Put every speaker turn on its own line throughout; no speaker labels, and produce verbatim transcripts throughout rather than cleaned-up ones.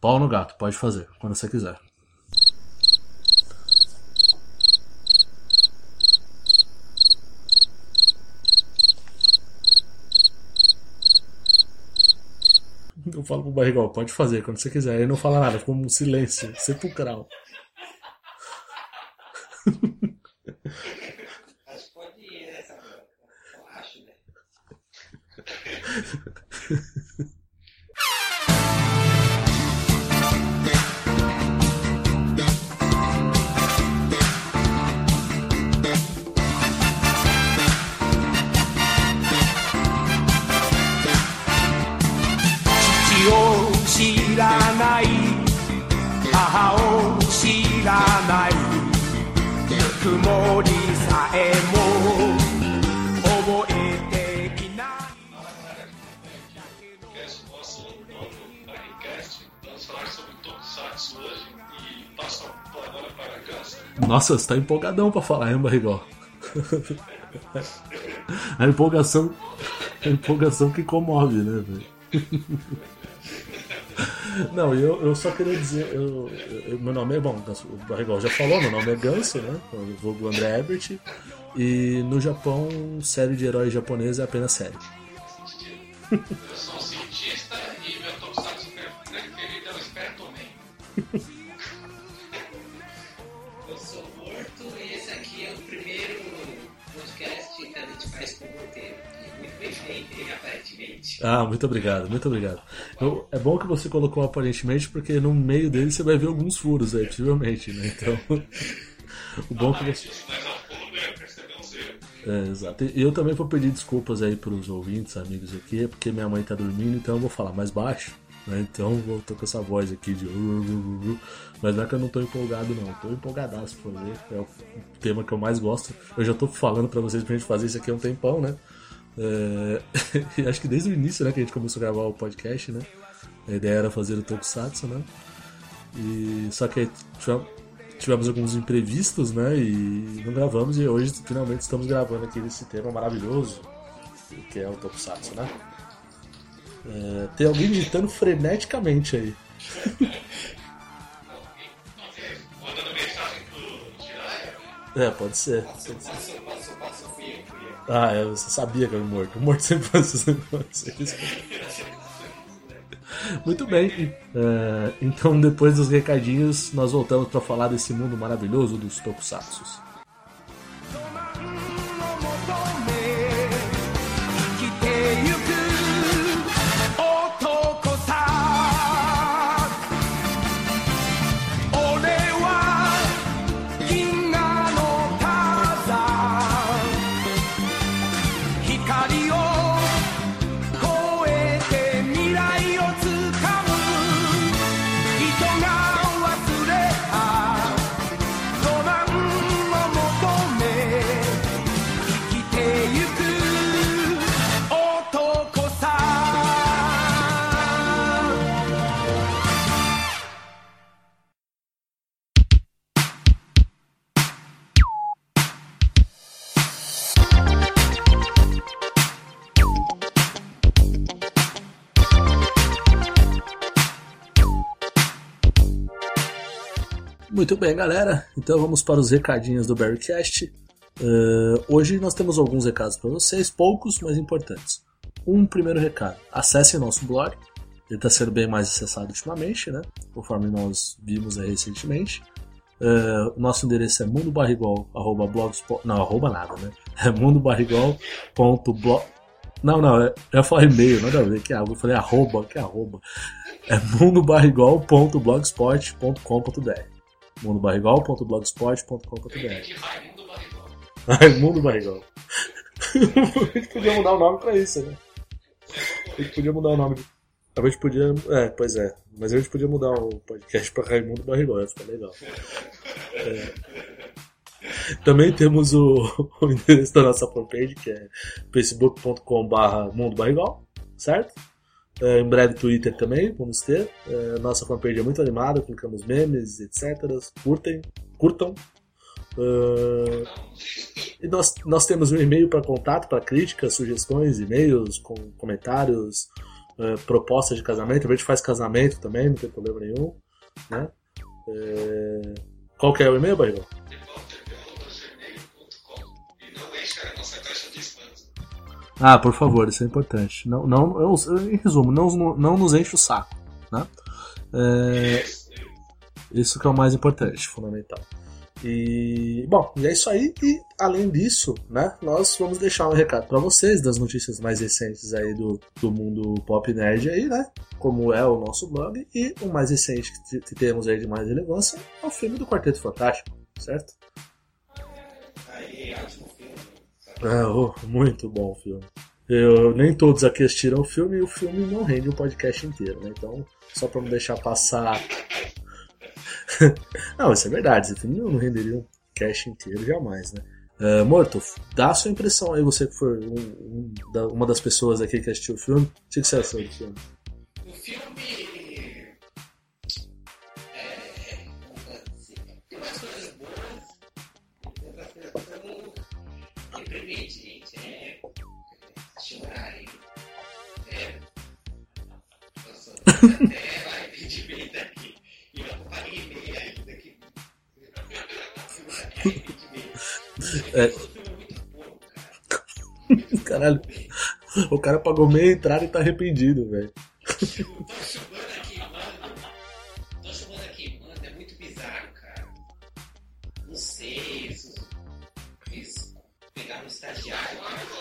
Pau no gato, pode fazer, quando você quiser. Eu falo pro Barrigol, pode fazer, quando você quiser. Ele não fala nada, ficou um silêncio sepulcral.
Acho que pode ir, né, Samuel? Eu acho, né?
Nosso Barricast, vamos falar sobre Tokusatsu hoje e passo a palavra para a Ganso.
Nossa, você tá empolgadão pra falar, hein, Barrigol? A empolgação, a empolgação que comove, né, velho? Não, eu, eu só queria dizer, eu, eu- meu nome é, bom, o Barrigol já falou, meu nome é Ganso, né? Eu vou do André Herbert. E no Japão, série de heróis japonês é apenas série.
Eu sou um cientista e meu Tokusatsu preferido é o Spectrum Man.
Eu sou morto e esse aqui é o primeiro podcast que a gente faz com roteiro. E muito bem feito, hein, aparentemente.
Ah, muito obrigado, muito obrigado. Eu- é bom que você colocou aparentemente, porque no meio dele você vai ver alguns furos aí, possivelmente, né? Então, o bom que você...
Mas ao fundo é perceber um zero.
É, exato. E eu também vou pedir desculpas aí pros ouvintes, amigos aqui, é porque minha mãe tá dormindo, então eu vou falar mais baixo, né? Então eu tô com essa voz aqui de... Mas não é que eu não tô empolgado, não. Tô empolgadaço por ver. É o tema que eu mais gosto. Eu já tô falando pra vocês pra gente fazer isso aqui há um tempão, né? É... e acho que desde o início, né, que a gente começou a gravar o podcast, né? A ideia era fazer o Tokusatsu, né? E só que aí tivemos, tivemos alguns imprevistos, né? E não gravamos, e hoje finalmente estamos gravando aqui esse tema maravilhoso, que é o Tokusatsu, né? É, tem alguém gritando freneticamente aí.
Mandando mensagem pro Jiraiya.
É, pode ser.
Passou, passou, passou, passou, fui eu, fui eu.
Ah, é, você sabia que era o morto. O morto sempre faz esse negócio. Muito bem. É, então, depois dos recadinhos, nós voltamos para falar desse mundo maravilhoso dos Tokusatsus.
生きてゆく男さ俺は銀河の火山光を越えて未来をつかむ人が忘れたロマンを求め生きてゆく男さ
Muito bem, galera. Então vamos para os recadinhos do Barrycast. Uh, hoje nós temos alguns recados para vocês, poucos, mas importantes. Um primeiro recado: acessem nosso blog. Ele está sendo bem mais acessado ultimamente, né? Conforme nós vimos aí recentemente. Uh, o nosso endereço é mundobarrigol arroba blogspot. Não, arroba nada, né? É mundobarrigol.blog. Não, não, eu ia falar e-mail, nada a ver. Que é, eu falei arroba, que é arroba. É mundobarrigol ponto blogspot ponto com ponto b r mundobarrigol ponto blogspot ponto com ponto b r
Que Raimundo Barrigol.
Raimundo Barrigol. A gente podia mudar o nome pra isso, né? A gente podia mudar o nome. A gente podia. É, pois é. Mas a gente podia mudar o podcast pra Raimundo Barrigol, ia ficar legal. É. Também temos o, o endereço da nossa fanpage, que é facebook ponto com barra mundo barrigol, certo? É, em breve Twitter também, vamos ter. É, nossa fanpage é muito animada, colocamos memes, etcétera. Curtem, curtam. Uh, e nós, nós temos um e-mail para contato, para críticas, sugestões, e-mails, com comentários, é, proposta de casamento, a gente faz casamento também, não tem problema nenhum, né? É... Qual que é o e-mail, Barrigão? Ah, por favor, isso é importante. Não, não, eu, em resumo, não, não nos enche o saco, né? É, isso que é o mais importante, fundamental. E, bom, e é isso aí. E, além disso, né, nós vamos deixar um recado para vocês das notícias mais recentes aí do, do mundo pop nerd aí, né? Como é o nosso blog. E o mais recente que, que temos aí de mais relevância é o filme do Quarteto Fantástico, certo?
Aí, ótimo filme.
É, oh, muito bom o filme. Eu, nem todos aqui assistiram o filme e o filme não rende um podcast inteiro, né? Então, só pra não deixar passar... Não, isso é verdade, esse filme não renderia um cast inteiro jamais, né? Uh, Morto, dá a sua impressão aí, você que foi um, um, da, uma das pessoas aqui que assistiu o filme, o que você achou do filme?
O filme é, tem umas coisas boas, tem outras coisas tão deprimentes, gente. É chorar aí. É. Nossa, até vai pedir bem daqui. E eu não paguei e-mail ainda aqui.
É.
O filme é muito bom, cara.
Caralho, o cara pagou meia entrada e tá arrependido, velho.
Tô chamando aqui, mano. Tô chamando aqui, mano. É muito bizarro, cara. Não sei, isso. Isso. Pegar um estagiário.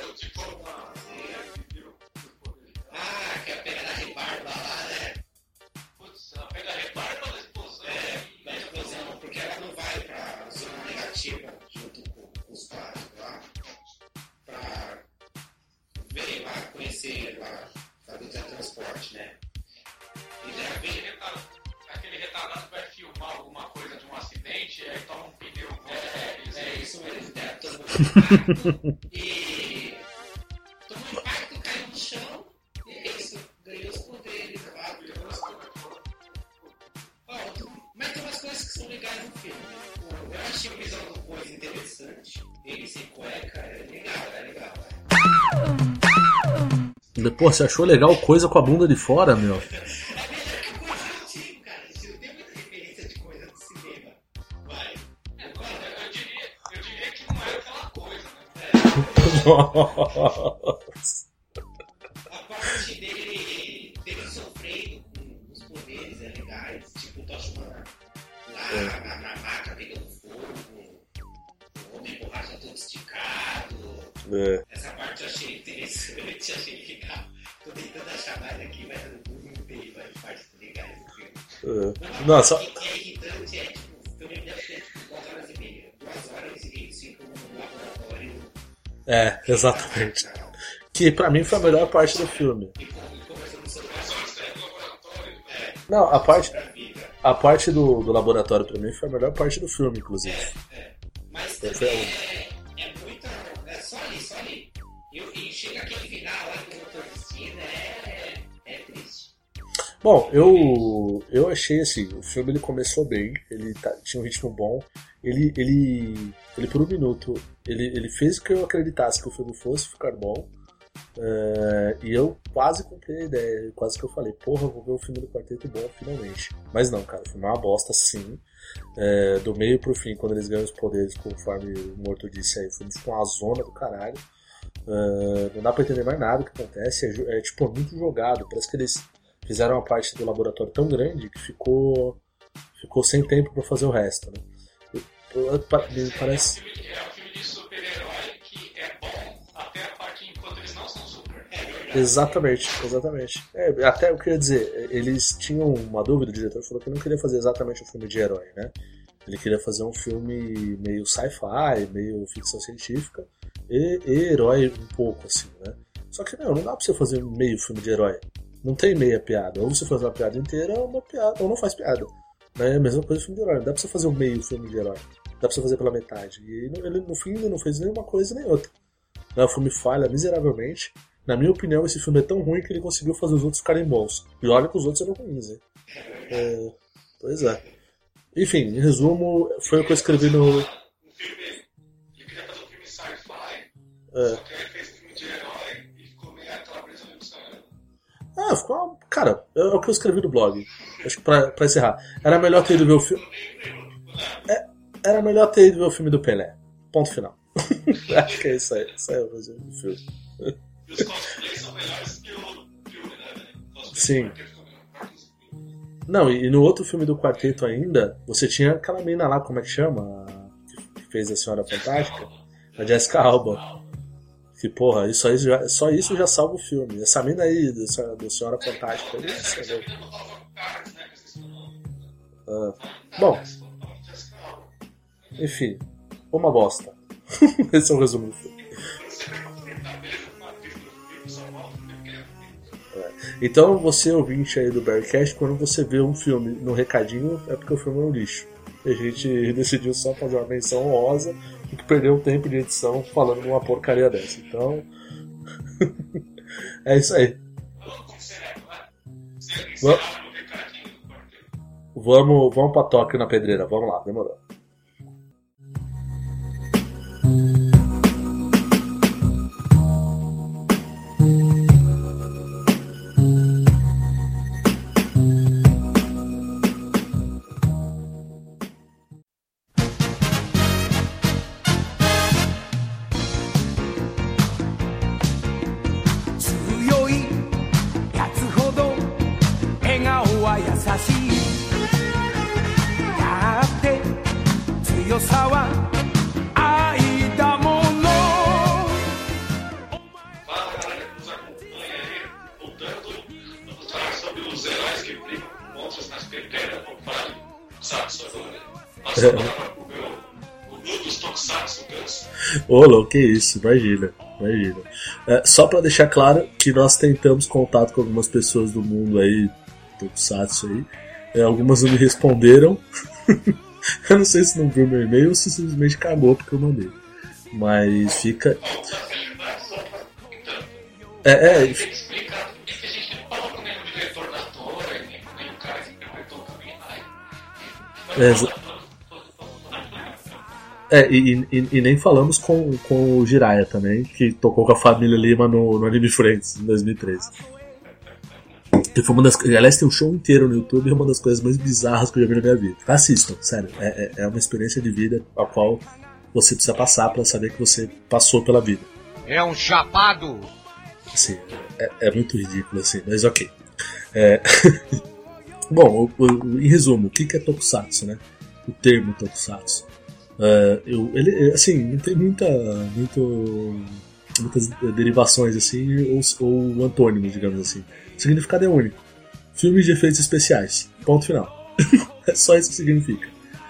Ah, quer pegar na rebarba lá, né?
Putz, ela pega a rebarba da explosão.
É, da explosão, porque ela não vai pra zona negativa junto com, com os pais lá. Pra ver lá, conhecer lá, fazer o teletransporte, né? E já
Aquele
vem.
retardado, aquele retardado vai filmar alguma coisa de um acidente e aí toma um pneu.
É, é isso mesmo, né? Todo mundo e tomou um impacto, caiu no chão, e é isso, ganhou os poderes, claro, ganhou os poderes. Ó, mas tem umas coisas que são legais no filme. Eu achei o visual do Coisa interessante, ele sem cueca, é legal, é legal.
Pô, você achou legal coisa com a bunda de fora, meu?
É melhor que coisa antiga, cara, a gente não tem muita referência de coisa do cinema. Vai.
Eu, eu, diria, eu diria que não é aquela coisa, né?
Nossa.
A parte dele, dele sofrendo com os poderes é legais, tipo o Toshman lá na, na maca pegando fogo, o homem borracha todo esticado.
É.
Essa parte eu achei interessante, achei legal. Tô tentando achar mais aqui, mas eu não tem mais partes legais do filme.
É. Nossa.
O que é irritante é, tipo, o filme deve ter tipo, duas horas e meia. Duas horas e eles ficam no laboratório.
É, exatamente. Que pra mim foi a melhor parte do filme.
E conversando sobre
Não, a parte,
a vida.
a parte do, do laboratório pra mim foi a melhor parte do filme, inclusive.
É. Mas
Foi
também
a-
é, é muita. É só ali, só ali. E, e chega aquele final lá do Doutor Destino, é, é, é triste.
Bom, eu eu achei assim, o filme ele começou bem, ele tá- tinha um ritmo bom, ele, ele, ele por um minuto, ele, ele fez que eu acreditasse que o filme fosse ficar bom, é, e eu quase comprei a ideia, quase que eu falei, porra, eu vou ver o filme do Quarteto bom finalmente. Mas não, cara, o filme é uma bosta sim, é, do meio pro fim, quando eles ganham os poderes, conforme o Morto disse aí, o filme ficou uma zona do caralho. Uh, não dá pra entender mais nada o que acontece, é, é tipo muito jogado, parece que eles fizeram uma parte do laboratório tão grande que ficou ficou sem tempo pra fazer o resto, né? Eu- eu- pa- me parece
É um filme, é um filme de super-herói que é bom até a parte enquanto eles não são super. É verdade.
exatamente, exatamente. É, até eu queria dizer, eles tinham uma dúvida, o diretor falou que não queria fazer exatamente um filme de herói, né? Ele queria fazer um filme meio sci-fi, meio ficção científica e, e herói um pouco, assim, né? Só que não, não dá pra você fazer meio filme de herói. Não tem meia piada. Ou você faz uma piada inteira ou uma piada, ou não faz piada. Né? É a mesma coisa do filme de herói. Não dá pra você fazer um meio filme de herói. Dá pra você fazer pela metade. E ele, ele, no fim ele não fez nenhuma coisa nem outra. Né? O filme falha miseravelmente. Na minha opinião, esse filme é tão ruim que ele conseguiu fazer os outros ficarem bons. E olha que os outros eram ruins, hein? É, pois é. Enfim, em resumo, foi o que eu escrevi no.
Um filme, ele queria fazer um filme sci-fi,
É.
só que ele fez um filme de herói e ficou meio aquela pressão de sangue.
Ah, Ah, ficou uma... Cara, é o que eu escrevi no blog. Acho que pra, pra encerrar. Era melhor ter ido ver o filme. É, era melhor ter ido ver o filme do Pelé. Ponto final. Acho que é isso aí. Isso aí é o resumo do filme.
E os cosplays são melhores que o filme, né? Cosplay
Sim.
do quarteto.
Não, e no outro filme do quarteto ainda, você tinha aquela menina lá, como é que chama? Que fez a Senhora Fantástica. A Jessica Alba. Que porra, isso aí já, só isso já salva o filme. Essa mina aí do, Senhora- do Senhora Fantástica. Aí, isso é louco. Ah, bom, enfim, uma bosta. Esse é o resumo do filme. É. Então, você ouvinte aí do Bearcast, quando você vê um filme no recadinho, é porque o filme é um lixo. E a gente decidiu só fazer uma menção honrosa e que perdeu um tempo de edição falando de uma porcaria dessa. Então, é isso aí. Va- Vamos, vamos pra toque na pedreira. Vamos lá, demorou.
Fala, galera que nos acompanha aí. Voltando, vamos falar sobre os heróis que brigam com monstros nas pedreiras. Vamos falar de Tokusatsu agora. Nossa, agora o meu. O Brutus Tokusatsu, Ganso.
Ô, louco, que isso, imagina, imagina. É, só pra deixar claro que nós tentamos contato com algumas pessoas do mundo aí, Tokusatsu aí, é, algumas não me responderam. Eu não sei se não viu meu e-mail ou se simplesmente cagou porque eu mandei. Mas fica. É, é.
Explica por que a gente não falou com o mesmo diretor da Tora e nem nem o cara que interpretou o Kamen Rider.
É, exa- é, e, e- e nem falamos com, com o Jiraiya também, que tocou com a família Lima no, no Anime Friends em dois mil e treze. Que foi uma das, aliás, tem um show inteiro no YouTube e é uma das coisas mais bizarras que eu já vi na minha vida. Assistam, sério. É, é, é uma experiência de vida a qual você precisa passar pra saber que você passou pela vida.
É um chapado!
Assim, é, é muito ridículo, assim, mas ok. É... Bom, o- o- em resumo, o que que é Tokusatsu, né? O termo Tokusatsu. É, eu, ele, assim, não tem muita, muito, muitas derivações, assim, ou, ou antônimos, digamos assim. O significado é único. Filmes de efeitos especiais. Ponto final. É só isso que significa.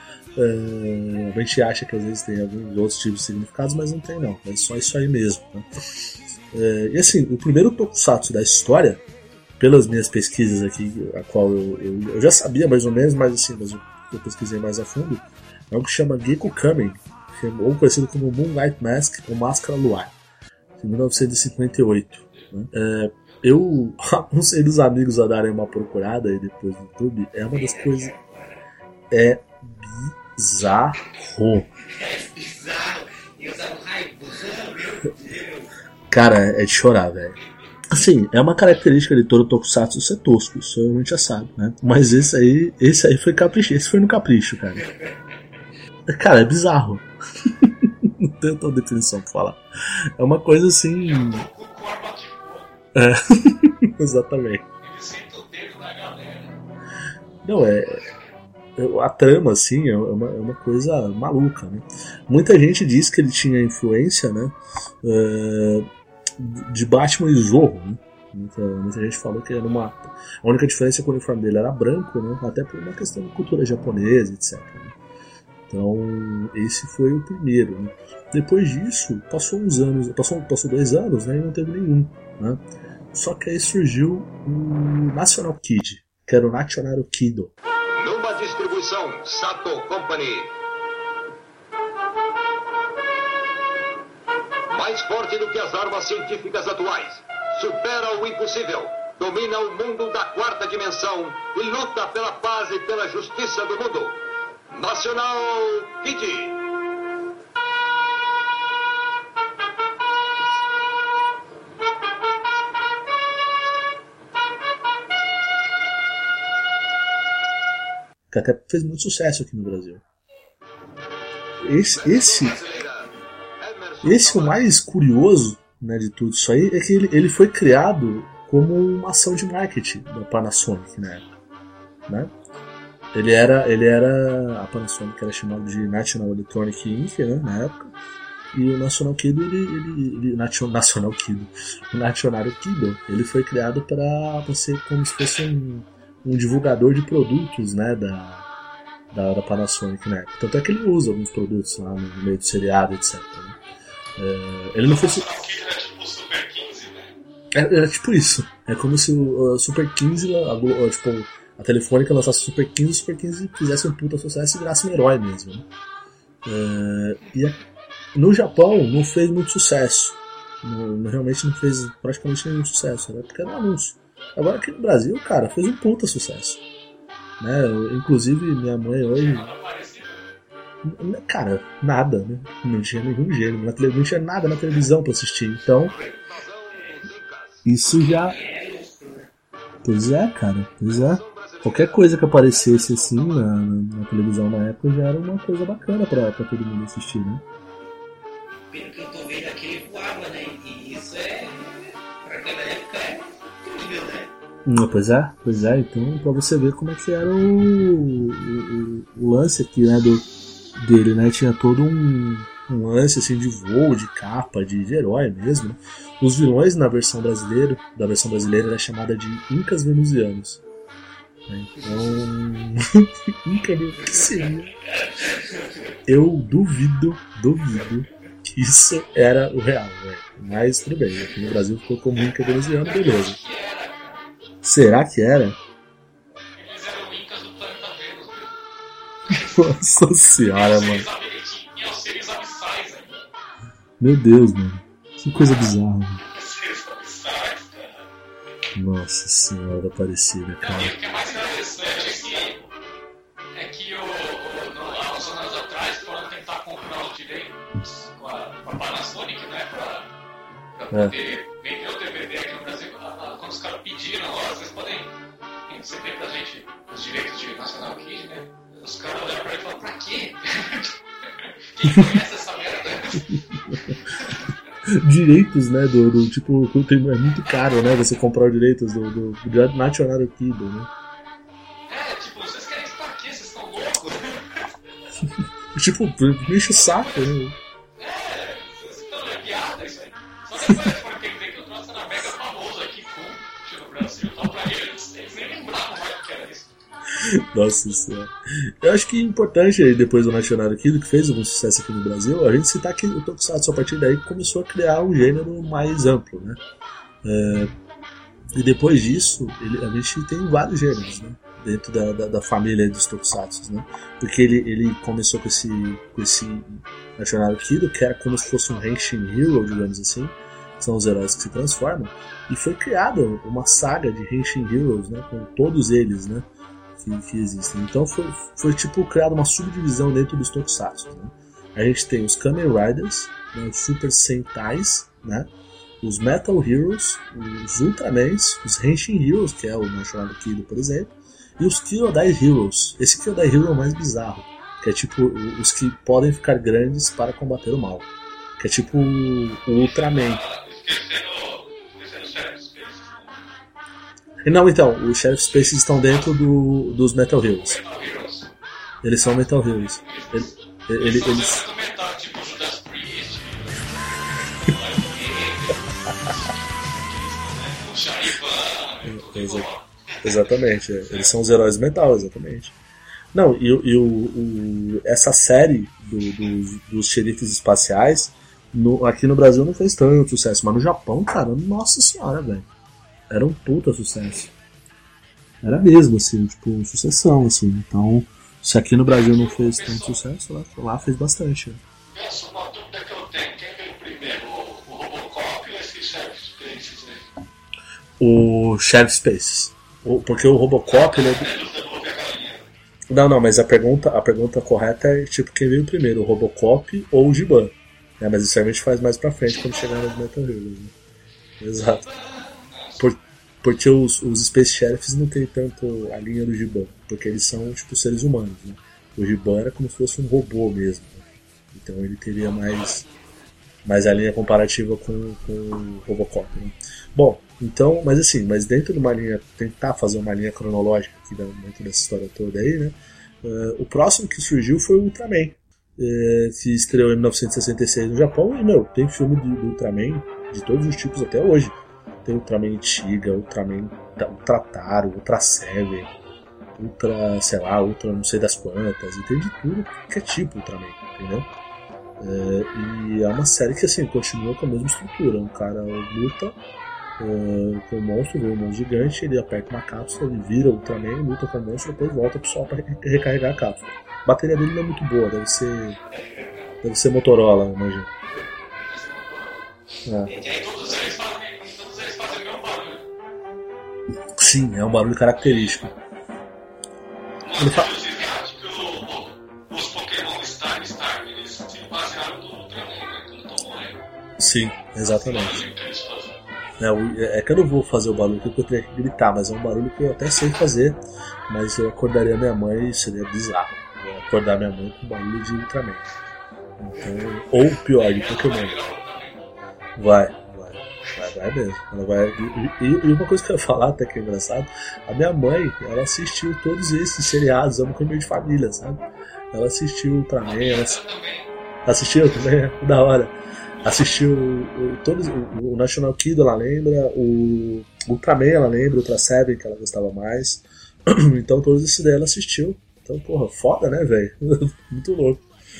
É, a gente acha que às vezes tem alguns outros tipos de significados, mas não tem não. É só isso aí mesmo, né? É, e assim, o primeiro Tokusatsu da história, pelas minhas pesquisas aqui, a qual eu, eu, eu já sabia mais ou menos, mas assim, mas eu, eu pesquisei mais a fundo, é o que chama Gekko Kamen, que é- ou conhecido como Moonlight Mask, ou Máscara Luar, de mil novecentos e cinquenta e oito. Né? É, eu aconselho os amigos a darem uma procurada aí depois no YouTube, é uma das coisas. É bizarro.
Bizarro. E usava um Ray-Ban, meu Deus.
Cara, é de chorar, velho. Assim, é uma característica de todo Tokusatsu ser tosco, isso a gente já sabe, né? Mas esse aí, esse aí foi capricho, esse foi no capricho, cara. Cara, é bizarro. Não tem outra definição pra falar. É uma coisa assim.
Com com arma de fogo,
É. Exatamente.
ele senta o dedo na galera.
Não, é. é- A trama, assim, é uma, é uma coisa maluca, né? Muita gente diz que ele tinha influência, né? é, de Batman e Zorro, né? Muita, muita gente falou que era uma. A única diferença é que o uniforme dele era branco, né? Até por uma questão de cultura japonesa, etcétera. né? Então, esse foi o primeiro, né? Depois disso, passou uns anos, passou, passou dois anos, né? E não teve nenhum, né? Só que aí surgiu o National Kid, que era o National Kido.
Numa distribuição Sato Company. Mais forte do que as armas científicas atuais. Supera o impossível. Domina o mundo da quarta dimensão e luta pela paz e pela justiça do mundo. National Kid.
que até fez muito sucesso aqui no Brasil. Esse, esse, esse é o mais curioso, né, de tudo isso aí, é que ele, ele foi criado como uma ação de marketing da Panasonic na época, né? Ele era, ele era, a Panasonic era chamada de National Electronic Incorporated, né, na época, e o National Kido, ele, ele, ele National Kido, o National Kido, ele foi criado para ser como se fosse um, um divulgador de produtos, né, da, da, da Panasonic na época. Tanto é que ele usa alguns produtos lá no meio do seriado, etcétera. Né? É, ele não foi.
Era tipo o Super quinze, né?
Era, era tipo isso. É como se o uh, Super quinze, a, a, tipo, a Telefônica lançasse o Super quinze e o Super quinze fizesse um puta sucesso e virasse um herói mesmo. Né? É, e a, no Japão não fez muito sucesso. No, realmente não fez praticamente nenhum sucesso. Era porque era um anúncio. Agora aqui no Brasil, cara, fez um puta sucesso. Né? Eu, inclusive, minha mãe hoje. Cara, nada, né? Não tinha nenhum gênero, na tele... não tinha nada na televisão pra assistir, então. Isso já. Pois é, cara, pois é. Qualquer coisa que aparecesse assim na, na, na televisão na época já era uma coisa bacana pra, pra todo mundo assistir, né?
Pelo que eu tô vendo aqui, ele voava, né? E isso é. Pra aquela época é incrível, né?
Hum, pois é, pois é, então pra você ver como é que era o, o, o lance aqui, né, do, dele, né, tinha todo um, um lance assim de voo, de capa, de, de herói mesmo, né? Os vilões na versão brasileira, da versão brasileira era chamada de Incas Venusianos, né? Então, Inca, o que seria? Eu duvido, duvido que isso era o real, né? Mas tudo bem, aqui no Brasil ficou como Inca Venusiano, beleza. Será que era?
Eles eram incas do planeta Vênus, mesmo.
Nossa senhora, mano.
Tinham seres abissais aí.
Meu Deus, mano. Que coisa bizarra, mano.
Seres abissais, cara.
Nossa senhora Aparecida, cara.
E o que é mais interessante é que, é que o, o, no, há uns anos atrás foram tentar comprar os direitos com a, com a Panasonic, né? Pra, pra
É.
poder vender o D V D aqui no Brasil. Quando os caras pediram, ó, vocês podem ceder pra gente os direitos de National Kid, né? Os caras olharam pra ele e falaram, pra quê? Quem conhece essa merda?
Direitos, né? Do, do tipo, é muito caro, né? Você comprar os direitos do, do, do National Kido, né?
É, tipo, vocês querem isso pra quê? Vocês estão loucos?
Tipo, me enche o saco, né?
É, vocês estão é piada isso aí. Só que vocês foram entender que o troço era mega famoso aqui com, no Brasil, então pra eles, eles nem lembravam mais o que era isso.
Nossa senhora. Eu acho que é importante, depois do National Kido, que fez algum sucesso aqui no Brasil, a gente citar que o Tokusatsu, a partir daí, começou a criar um gênero mais amplo, né? É, e depois disso, ele, a gente tem vários gêneros, né? Dentro da, da, da família dos Tokusatsu, né? Porque ele, ele começou com esse, com esse National Kido, que era como se fosse um Henshin Hero, digamos assim, são os heróis que se transformam, e foi criada uma saga de Henshin Heroes, né? Com todos eles, né? Que, que existem. Então foi, foi tipo criada uma subdivisão dentro dos Tokusatsu, né? A gente tem os Kamen Riders, né? Os Super Sentais, né? Os Metal Heroes, os Ultramans, os Henshin Heroes, que é o National Kido, por exemplo, e os Kyodai Heroes. Esse Kyodai Hero é o mais bizarro, que é tipo os que podem ficar grandes para combater o mal, que é tipo o Ultraman. Não, então, os Sheriff Spaces estão dentro do, dos Metal Heroes. Eles são Metal Heroes. Ele, ele, eles... Exa- exatamente, é. Eles são os heróis metal, exatamente. Não, e, e o, o, essa série do, do, dos xerifes espaciais no, aqui no Brasil não fez tanto sucesso, mas no Japão, cara, nossa senhora, velho. Era um puta sucesso. Era mesmo, assim, tipo, um sucessão, assim. Então, se aqui no Brasil não fez tanto sucesso, lá, lá fez bastante. Né?
Essa é uma dúvida que eu tenho. Quem veio primeiro? O, o Robocop ou esse Sheriff Spaces aí?
O Sheriff Spaces. O, porque o Robocop, ele é do... Não, não, mas a pergunta, a pergunta correta é tipo quem veio primeiro, o Robocop ou o Giban. Né? Mas isso a gente faz mais pra frente quando chegar nos Metal Heroes. Né? Exato. Por, porque os, os Space Sheriffs não tem tanto a linha do Giban. porque eles são tipo seres humanos, né? O Giban era como se fosse um robô mesmo, né? Então ele teria mais, mais a linha comparativa com, com o Robocop, né? Bom, então, mas assim, mas dentro de uma linha, tentar fazer uma linha cronológica aqui dentro dessa história toda aí, né? Uh, o próximo que surgiu foi o Ultraman, uh, que estreou em mil novecentos e sessenta e seis no Japão, e meu, tem filme do, do Ultraman de todos os tipos até hoje. Tem Ultraman Tiga, Ultraman Ultra Taro, Ultra Seven, Ultra, sei lá, Ultra não sei das quantas, e tem de tudo que é tipo Ultraman, entendeu? É, e é uma série que assim, continua com a mesma estrutura. Um cara luta é, com um monstro, vê um monstro gigante, ele aperta uma cápsula, ele vira Ultraman, luta com o monstro, depois volta pro sol para recarregar a cápsula. A bateria dele não é muito boa, deve ser deve ser Motorola, imagino. É.
E aí todos eles fazem, todos eles fazem o mesmo barulho.
Sim, é um barulho característico. Ele fa...
Inclusive, acho que o, os Pokémon Star e Star, eles se basearam no Ultraman, né? Quando tomou, né?
Sim, exatamente.
Que eles fazem.
É, o- é que eu não vou fazer o barulho que eu teria que gritar, mas é um barulho que eu até sei fazer, mas eu acordaria minha mãe e seria bizarro. Eu ia acordar minha mãe com barulho de Ultraman. Então, ou pior, de Pokémon. Vai, vai, vai, vai mesmo. Ela vai, e, e- e uma coisa que eu ia falar até que é engraçado, a minha mãe, ela assistiu todos esses seriados, é uma coisa meio de família, sabe? Ela assistiu Ultraman, ela ass- assistiu também, da hora. Assistiu o, todos, o, o National Kid, ela lembra, o Ultraman ela lembra, o Ultra Seven que ela gostava mais. Então todos esses daí ela assistiu. Então, porra, foda, né, velho? Muito louco.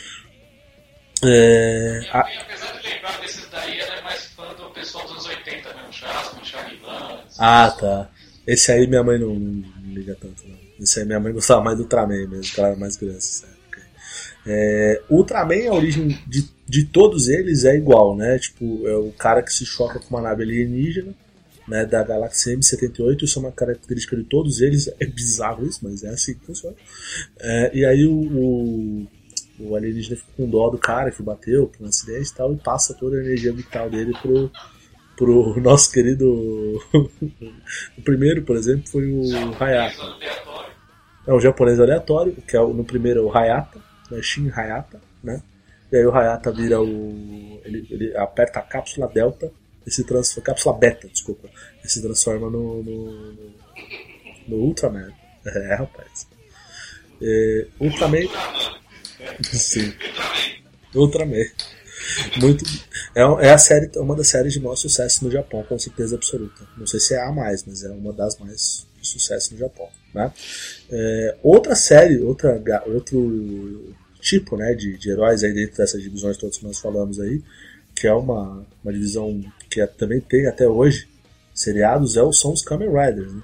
É, a-
E apesar de lembrar desses daí, ela é mais fã do pessoal dos anos oitenta mesmo, Jasper, Charivan.
Ah, tá. Esse aí minha mãe não, não liga tanto, não. Esse aí minha mãe gostava mais do Ultraman mesmo, que ela era mais criança, sabe? É, o Ultraman, a origem de, de todos eles é igual, né? Tipo, é o cara que se choca com uma nave alienígena, né, da galáxia M setenta e oito, isso é uma característica de todos eles, é bizarro isso, mas é assim que funciona. É, e aí o, o, o alienígena fica com dó do cara que bateu por um acidente e tal, e passa toda a energia vital dele pro, pro nosso querido. O primeiro, por exemplo, foi o Hayata. É o japonês aleatório, que é o, no primeiro é o Hayata, né, Shin Hayata, né? E aí o Hayata vira o. Ele, ele aperta a cápsula delta e se transforma. Cápsula beta, desculpa. E se transforma no. no, no, no Ultraman. É, rapaz. É, Ultraman. Sim. Ultraman. Muito. É, é a série, uma das séries de maior sucesso no Japão, com certeza absoluta. Não sei se é a mais, mas é uma das mais de sucesso no Japão, né? É, outra série, outra, outro tipo, né, de, de heróis aí dentro dessas divisões todas que nós falamos aí, que é uma, uma divisão que é, também tem até hoje seriados, é, são os Kamen Riders, né?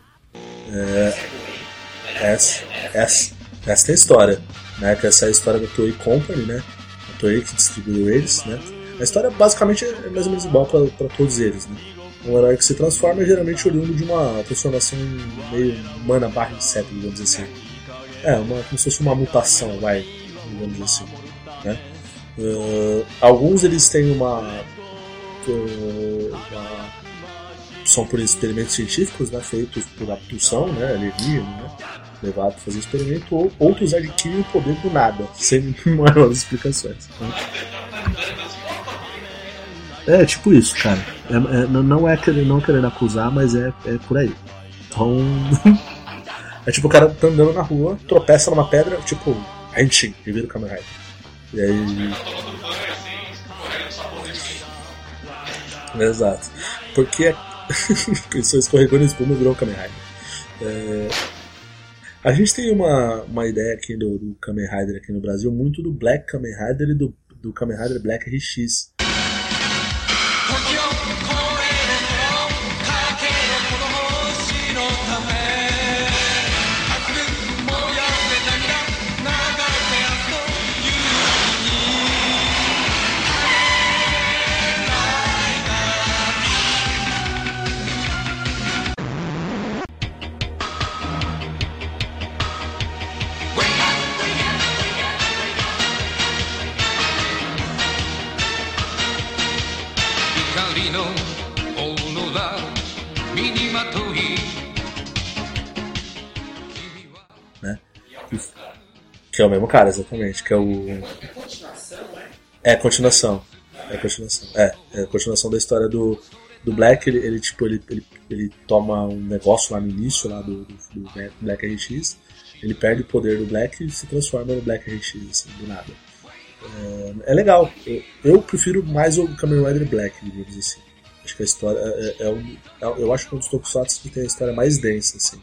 É, essa, essa, essa tem história, né? Que essa é a história da Toei Company, né? A Toei que distribuiu eles, né? A história basicamente é mais ou menos igual para todos eles, né? Um herói que se transforma é geralmente oriundo de uma transformação meio humana barra inseto, digamos assim. É, uma, como se fosse uma mutação, vai, digamos assim, né? Uh, alguns eles têm uma, uh, uma são por experimentos científicos, né, feitos por abdução, né, alienígena, né, levado para fazer experimento, ou outros adquirem o poder do nada, sem maiores explicações, né? É tipo isso, cara. É, é, não é querer, não querendo acusar, mas é, é por aí. Então. É tipo o cara tá andando na rua, tropeça numa pedra, tipo, Henshin, e vira o Kamen Rider. E aí. Exato. Porque a pessoa escorregou na espuma e virou o Kamen Rider. É... A gente tem uma, uma ideia aqui do, do Kamen Rider aqui no Brasil, muito do Black Kamen Rider e do, do Kamen Rider Black R X. Que é o mesmo cara, exatamente. Que é o.
É continuação, né?
É continuação. É continuação. É, é continuação da história do, do Black. Ele, ele tipo, ele, ele, ele toma um negócio lá no início lá do, do, do Black R X. Ele perde o poder do Black e se transforma no Black R X, assim, do nada. É, é legal. Eu, eu prefiro mais o Kamen Rider Black, digamos assim. Acho que a história é, é, um, é eu acho que é um dos tokusatsu que tem a história mais densa, assim.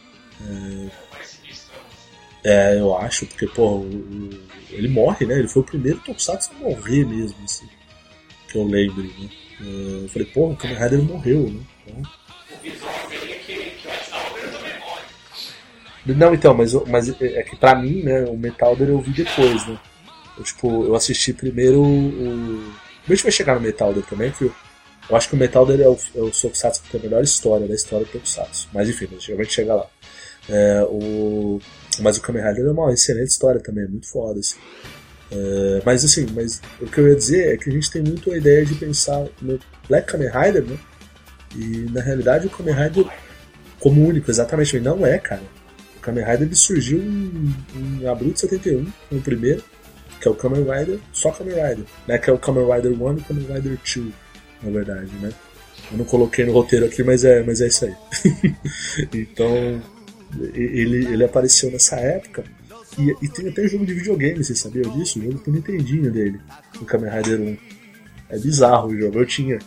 É, é eu acho, porque, pô, o, o, ele morre, né? Ele foi o primeiro tokusatsu a morrer mesmo, assim. Que eu lembro, né? É, eu falei, pô, o Kamen Rider morreu, né? Então,
O visual dele é que, que o Excalibur também morre.
não, então, mas, mas é que pra mim, né, o Metalder eu vi depois, né? Eu, tipo, eu assisti primeiro o... A gente vai chegar no Metalder também, que eu, eu acho que o Metalder é o, é o Tokusatsu que tem a melhor história da história do Tokusatsu. Mas enfim, a gente vai chegar lá. É, o... Mas o Kamen Rider é uma excelente história também, é muito foda, assim. É, mas assim, mas o que eu ia dizer é que a gente tem muito a ideia de pensar no Black Kamen Rider, né? E na realidade o Kamen Rider como único, exatamente, ele não é, cara. O Kamen Rider ele surgiu em, em abril de setenta e um, no primeiro, que é o Kamen Rider, só Kamen Rider, né? Que é o Kamen Rider um e o Kamen Rider dois, na verdade, né? Eu não coloquei no roteiro aqui, mas é, mas é isso aí. Então, ele, ele apareceu nessa época. E, e tem até jogo de videogame, vocês sabiam disso? O jogo pro Nintendinho dele, o Kamen Rider um. É bizarro o jogo, eu tinha.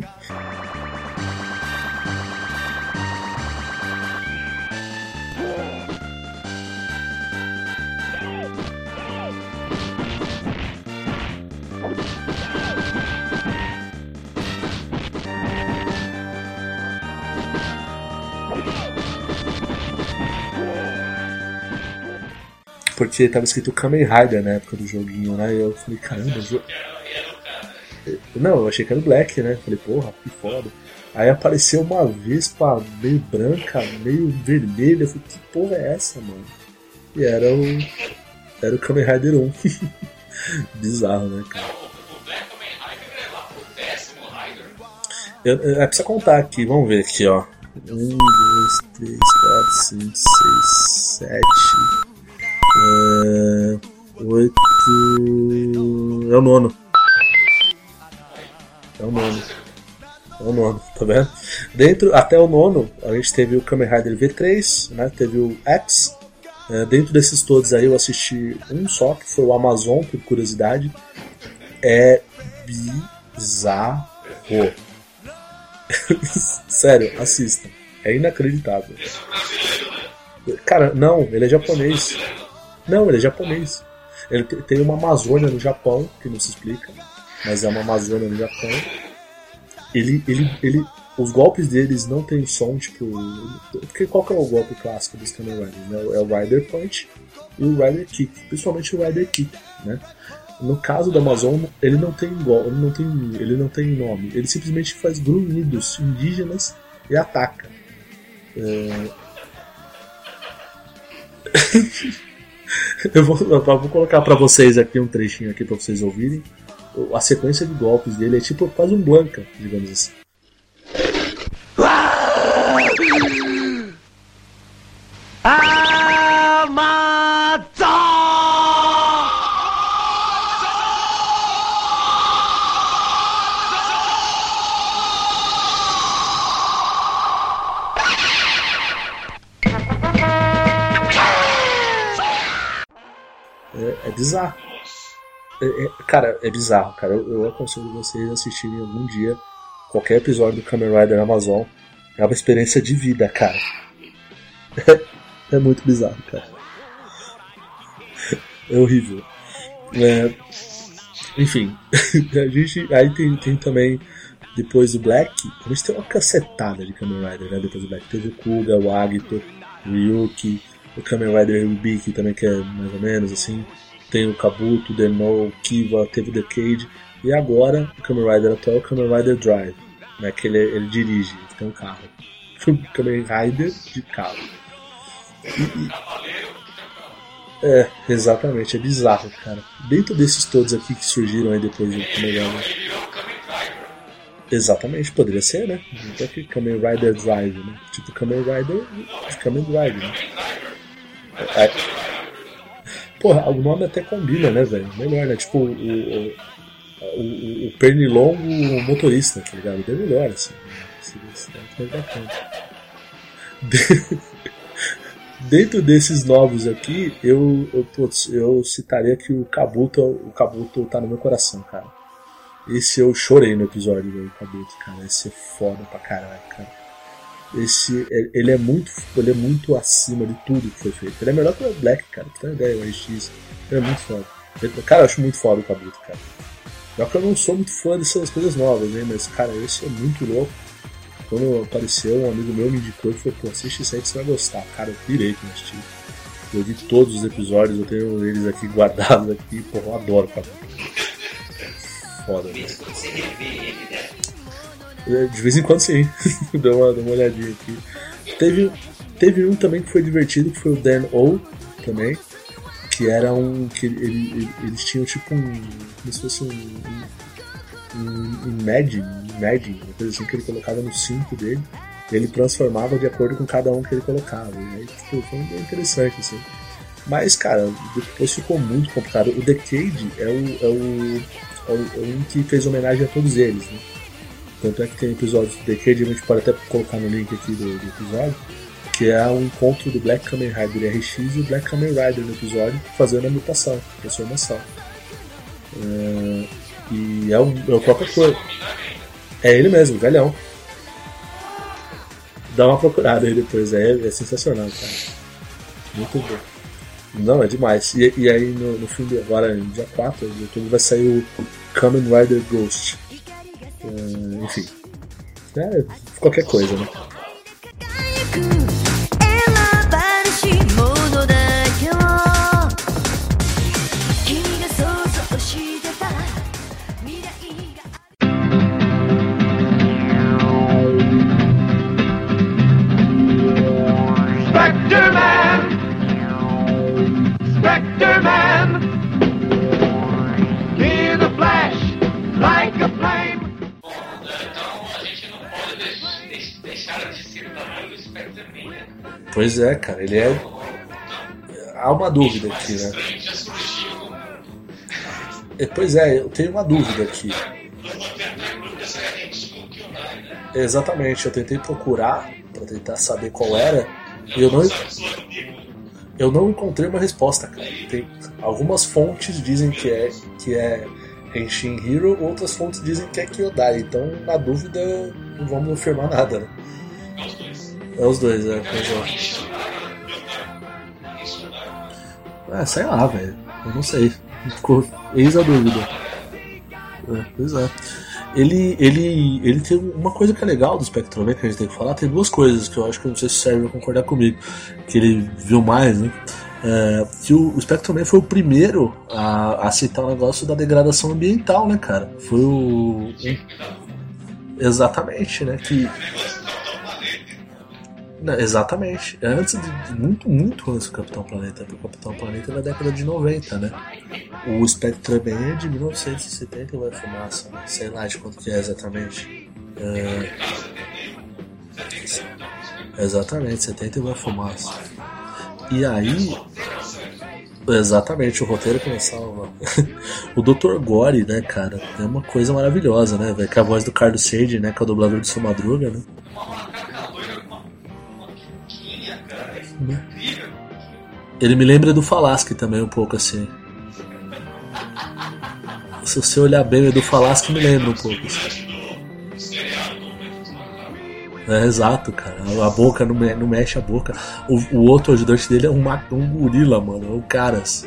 Porque tava escrito Kamen Rider na época do joguinho, né? E eu falei, caramba, o jogo. Não, eu achei que era o Black, né? Falei, porra, que foda. Aí apareceu uma Vespa meio branca, meio vermelha. Eu falei, que porra é essa, mano? E era o. Era o Kamen Rider um. Bizarro, né, cara?
O Black Kamen Rider é lá pro décimo Rider.
Eu, eu, é preciso contar aqui, vamos ver aqui, ó. Um, dois, três, quatro, cinco, seis, sete. É, oito. É o nono. É o nono. É o nono, tá vendo? Dentro, até o nono, a gente teve o Kamen Rider V três, né? Teve o X. É, dentro desses todos aí eu assisti um só, que foi o Amazon, por curiosidade. É bizarro. Sério, assistam. É inacreditável. Cara, não, ele é japonês. Não, ele é japonês. Ele tem uma Amazônia no Japão, que não se explica, mas é uma Amazônia no Japão. Ele, ele, ele, os golpes deles não tem som, tipo... Porque qual que é o golpe clássico dos Kamen Riders, né? É o Rider Punch e o Rider Kick, principalmente o Rider Kick, né? No caso do Amazon, ele não tem igual, ele não tem, ele não tem nome. Ele simplesmente faz grunhidos indígenas e ataca. É... eu, vou, eu vou colocar pra vocês aqui um trechinho aqui pra vocês ouvirem. A sequência de golpes dele é tipo quase um Blanca, digamos assim. É, é bizarro. É, é, cara, é bizarro, cara. Eu, eu aconselho vocês a assistirem algum dia qualquer episódio do Kamen Rider na Amazon. É uma experiência de vida, cara. É, é muito bizarro, cara. É horrível. É, enfim, a gente, aí tem, tem também, depois do Black, a gente tem uma cacetada de Kamen Rider, né? Depois do Black teve o Kuga, o Agito, o Ryuki, o Kamen Rider Rubiki também, que é mais ou menos assim. Tem o Kabuto, o Deno, o Kiva, teve o The Cage. E agora, o Kamen Rider atual é o Kamen Rider Drive, né, que ele, ele dirige, ele tem um carro. O Kamen Rider de carro. E, e, é, exatamente, é bizarro, cara. Dentro desses todos aqui que surgiram aí depois do Kamen Rider. Exatamente, poderia ser, né? Então aqui, Kamen Rider Drive, né? Tipo Kamen Rider de Kamen Drive, né? É, porra, o nome até combina, né, velho? Melhor, né? Tipo, o, o, o, o pernilongo motorista, tá ligado? Bem melhor, assim. Isso é mais bacana. Dentro desses novos aqui, eu, eu, putz, eu citaria que o Kabuto, o Kabuto tá no meu coração, cara. Esse eu chorei no episódio do Kabuto, cara. Esse é foda pra caralho, cara. Esse, ele é muito, ele é muito acima de tudo que foi feito. Ele é melhor que o Black, cara. Tu tem ideia, o R X. Ele é muito foda. Cara, eu acho muito foda o Kabuto, cara. Só que eu não sou muito fã dessas coisas novas, né? Mas, cara, esse é muito louco. Quando apareceu, um amigo meu me indicou e falou, pô, assiste isso aí que você vai gostar. Cara, eu pirei com esse tipo. Eu vi todos os episódios, eu tenho eles aqui guardados aqui, pô, eu adoro, cara. Foda, né? De vez em quando sim. dá, uma, dá uma olhadinha aqui. Teve, teve um também que foi divertido, que foi o Dan O também. Que era um. Que ele, ele, eles tinham tipo um. Como se fosse um. um um Imagine, Imagine, uma coisa assim que ele colocava no cinto dele, e ele transformava de acordo com cada um que ele colocava. E aí, tipo, foi bem interessante, assim. Mas, cara, depois ficou muito complicado. O Decade é o, é o, é o, é um que fez homenagem a todos eles, né? Tanto é que tem episódios do Decade, a gente pode até colocar no link aqui do, do episódio, que é o encontro do Black Kamen Rider R X e o Black Kamen Rider no episódio, fazendo a mutação, a transformação. É... E é o, é o próprio coisa. É ele mesmo, velhão. Dá uma procurada aí depois, é, é sensacional, cara. Muito bom. Não, é demais. E, e aí no, no fim de agora, dia quatro de outubro, vai sair o Kamen Rider Ghost. É, enfim. É, qualquer coisa, né? Pois é, cara, ele é. Há uma dúvida aqui, né? Pois é, eu tenho uma dúvida aqui. Exatamente, eu tentei procurar pra tentar saber qual era e eu não, eu não encontrei uma resposta, cara. Tem, algumas fontes dizem que é, que é Henshin Hero, outras fontes dizem que é Kyodai, então na dúvida não vamos afirmar nada, né? É os dois, é. Pois é. É, sei lá, velho. Eu não sei. Ficou eis a dúvida. É, pois é. Ele, ele, ele tem uma coisa que é legal do Spectroman, que a gente tem que falar. Tem duas coisas que eu acho que não sei se serve pra concordar comigo. Que ele viu mais, né? É, que o, o Spectroman foi o primeiro a, a aceitar o negócio da degradação ambiental, né, cara? Foi o. Um, exatamente, né? Que. Não, exatamente. Antes de, muito, muito antes do Capitão Planeta. Porque o Capitão Planeta é da década de noventa, né? O Spectraman é de mil novecentos e setenta, vai fumaça, né? Sei lá de quanto que é exatamente. É... Exatamente, setenta e vai fumaça. E aí. Exatamente, o roteiro que não salva. O doutor Gore, né, cara? É uma coisa maravilhosa, né, velho? Que é a voz do Carlos Sage, né? Que é o dublador de Seu Madruga, né? Ele me lembra do Falaschi também um pouco assim. Se você olhar bem, o Edu Falaschi me lembra um pouco assim. É exato, cara. A boca não, me, não mexe a boca. O, o outro ajudante dele é um, um gorila, mano. É um caras.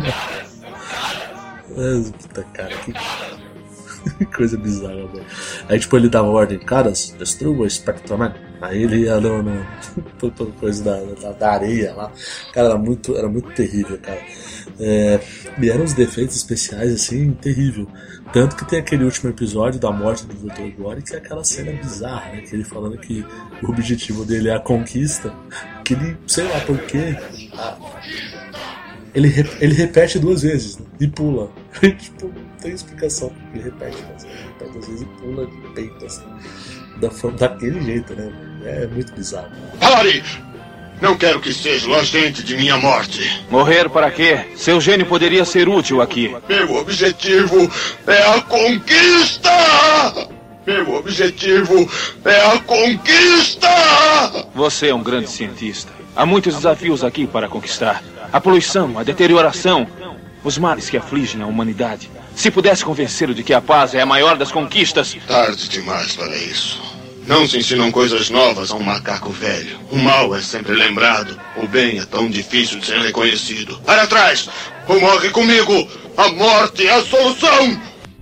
Puta, cara, que coisa bizarra, velho. Aí tipo ele dava ordem, caras, destrua o Spectraman. Aí ele ia no, no coisa da, da, da areia lá. Cara, era muito, era muito terrível, cara. É, e eram os defeitos especiais, assim, terrível. Tanto que tem aquele último episódio da morte do doutor Gore, que é aquela cena bizarra, né? Que ele falando que o objetivo dele é a conquista. Que ele, sei lá por quê. Ah, ele, ele repete duas vezes, né? E pula. Tipo, não tem explicação porque ele repete, mas ele repete duas vezes e pula de peito, assim. Da, daquele jeito, né? É muito bizarro.
Pare! Não quero que seja o agente de minha morte.
Morrer para quê? Seu gênio poderia ser útil aqui.
Meu objetivo é a conquista! Meu objetivo é a conquista!
Você é um grande cientista. Há muitos desafios aqui para conquistar. A poluição, a deterioração, os males que afligem a humanidade. Se pudesse convencê-lo de que a paz é a maior das conquistas...
Tarde demais para isso. Não se ensinam coisas novas a um macaco velho. O mal é sempre lembrado. O bem é tão difícil de ser reconhecido. Para atrás! Ou morre comigo! A morte é a solução!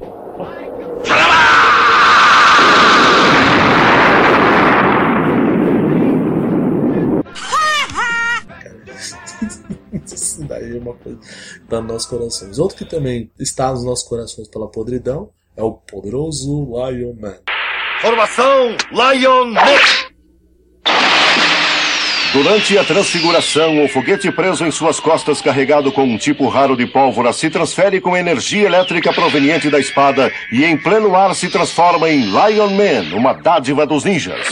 Isso daí é uma coisa que está nos nossos corações. Outro que também está nos nossos corações pela podridão é o poderoso Lion Man.
Formação Lion Man!
Durante a transfiguração, o foguete preso em suas costas, carregado com um tipo raro de pólvora, se transfere com energia elétrica proveniente da espada e em pleno ar se transforma em Lion Man, uma dádiva dos ninjas.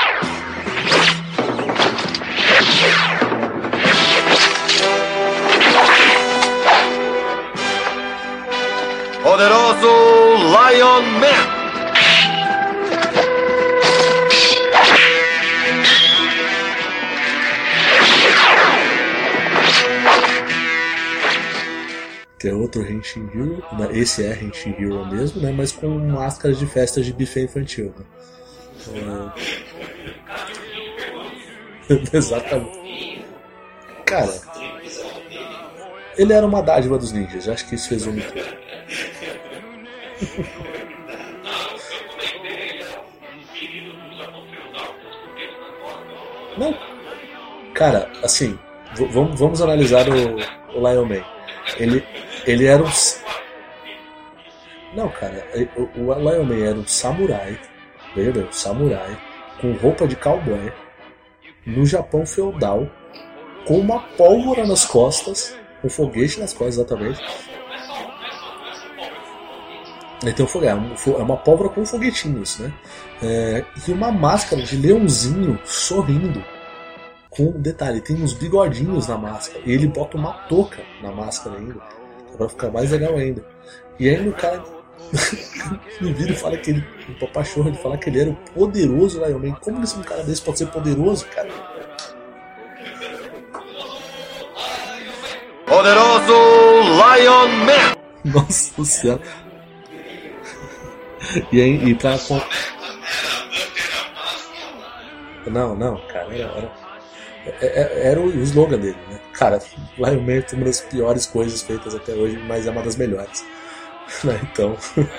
Poderoso Lion Man!
Que é outro Henshin Hero, né? Esse é Henshin Hero mesmo, né? Mas com máscaras de festas de buffet infantil, né? É... Exatamente. Cara, ele era uma dádiva dos ninjas, acho que isso resume tudo. Não, cara, assim, v- vamos, vamos analisar o, o Lion Man. Ele, ele era um. Não, cara, o, o Lion Man era um samurai, veja bem, um samurai, com roupa de cowboy, no Japão feudal, com uma pólvora nas costas, um foguete nas costas, exatamente. Ele tem um foguete, é uma pólvora com foguetinhos, né? É, e uma máscara de leãozinho sorrindo. Com um detalhe, tem uns bigodinhos na máscara. E ele bota uma touca na máscara ainda. Pra ficar mais legal ainda. E aí o cara me vira e fala que ele. O papachorro de falar que ele era o poderoso Lion Man. Como que um cara desse pode ser poderoso, cara?
Poderoso Lion Man!
Nossa do céu. E aí, e pra. Não, não, cara, era, era, era o slogan dele, né? Cara, Lion Man é uma das piores coisas feitas até hoje, mas é uma das melhores. Então.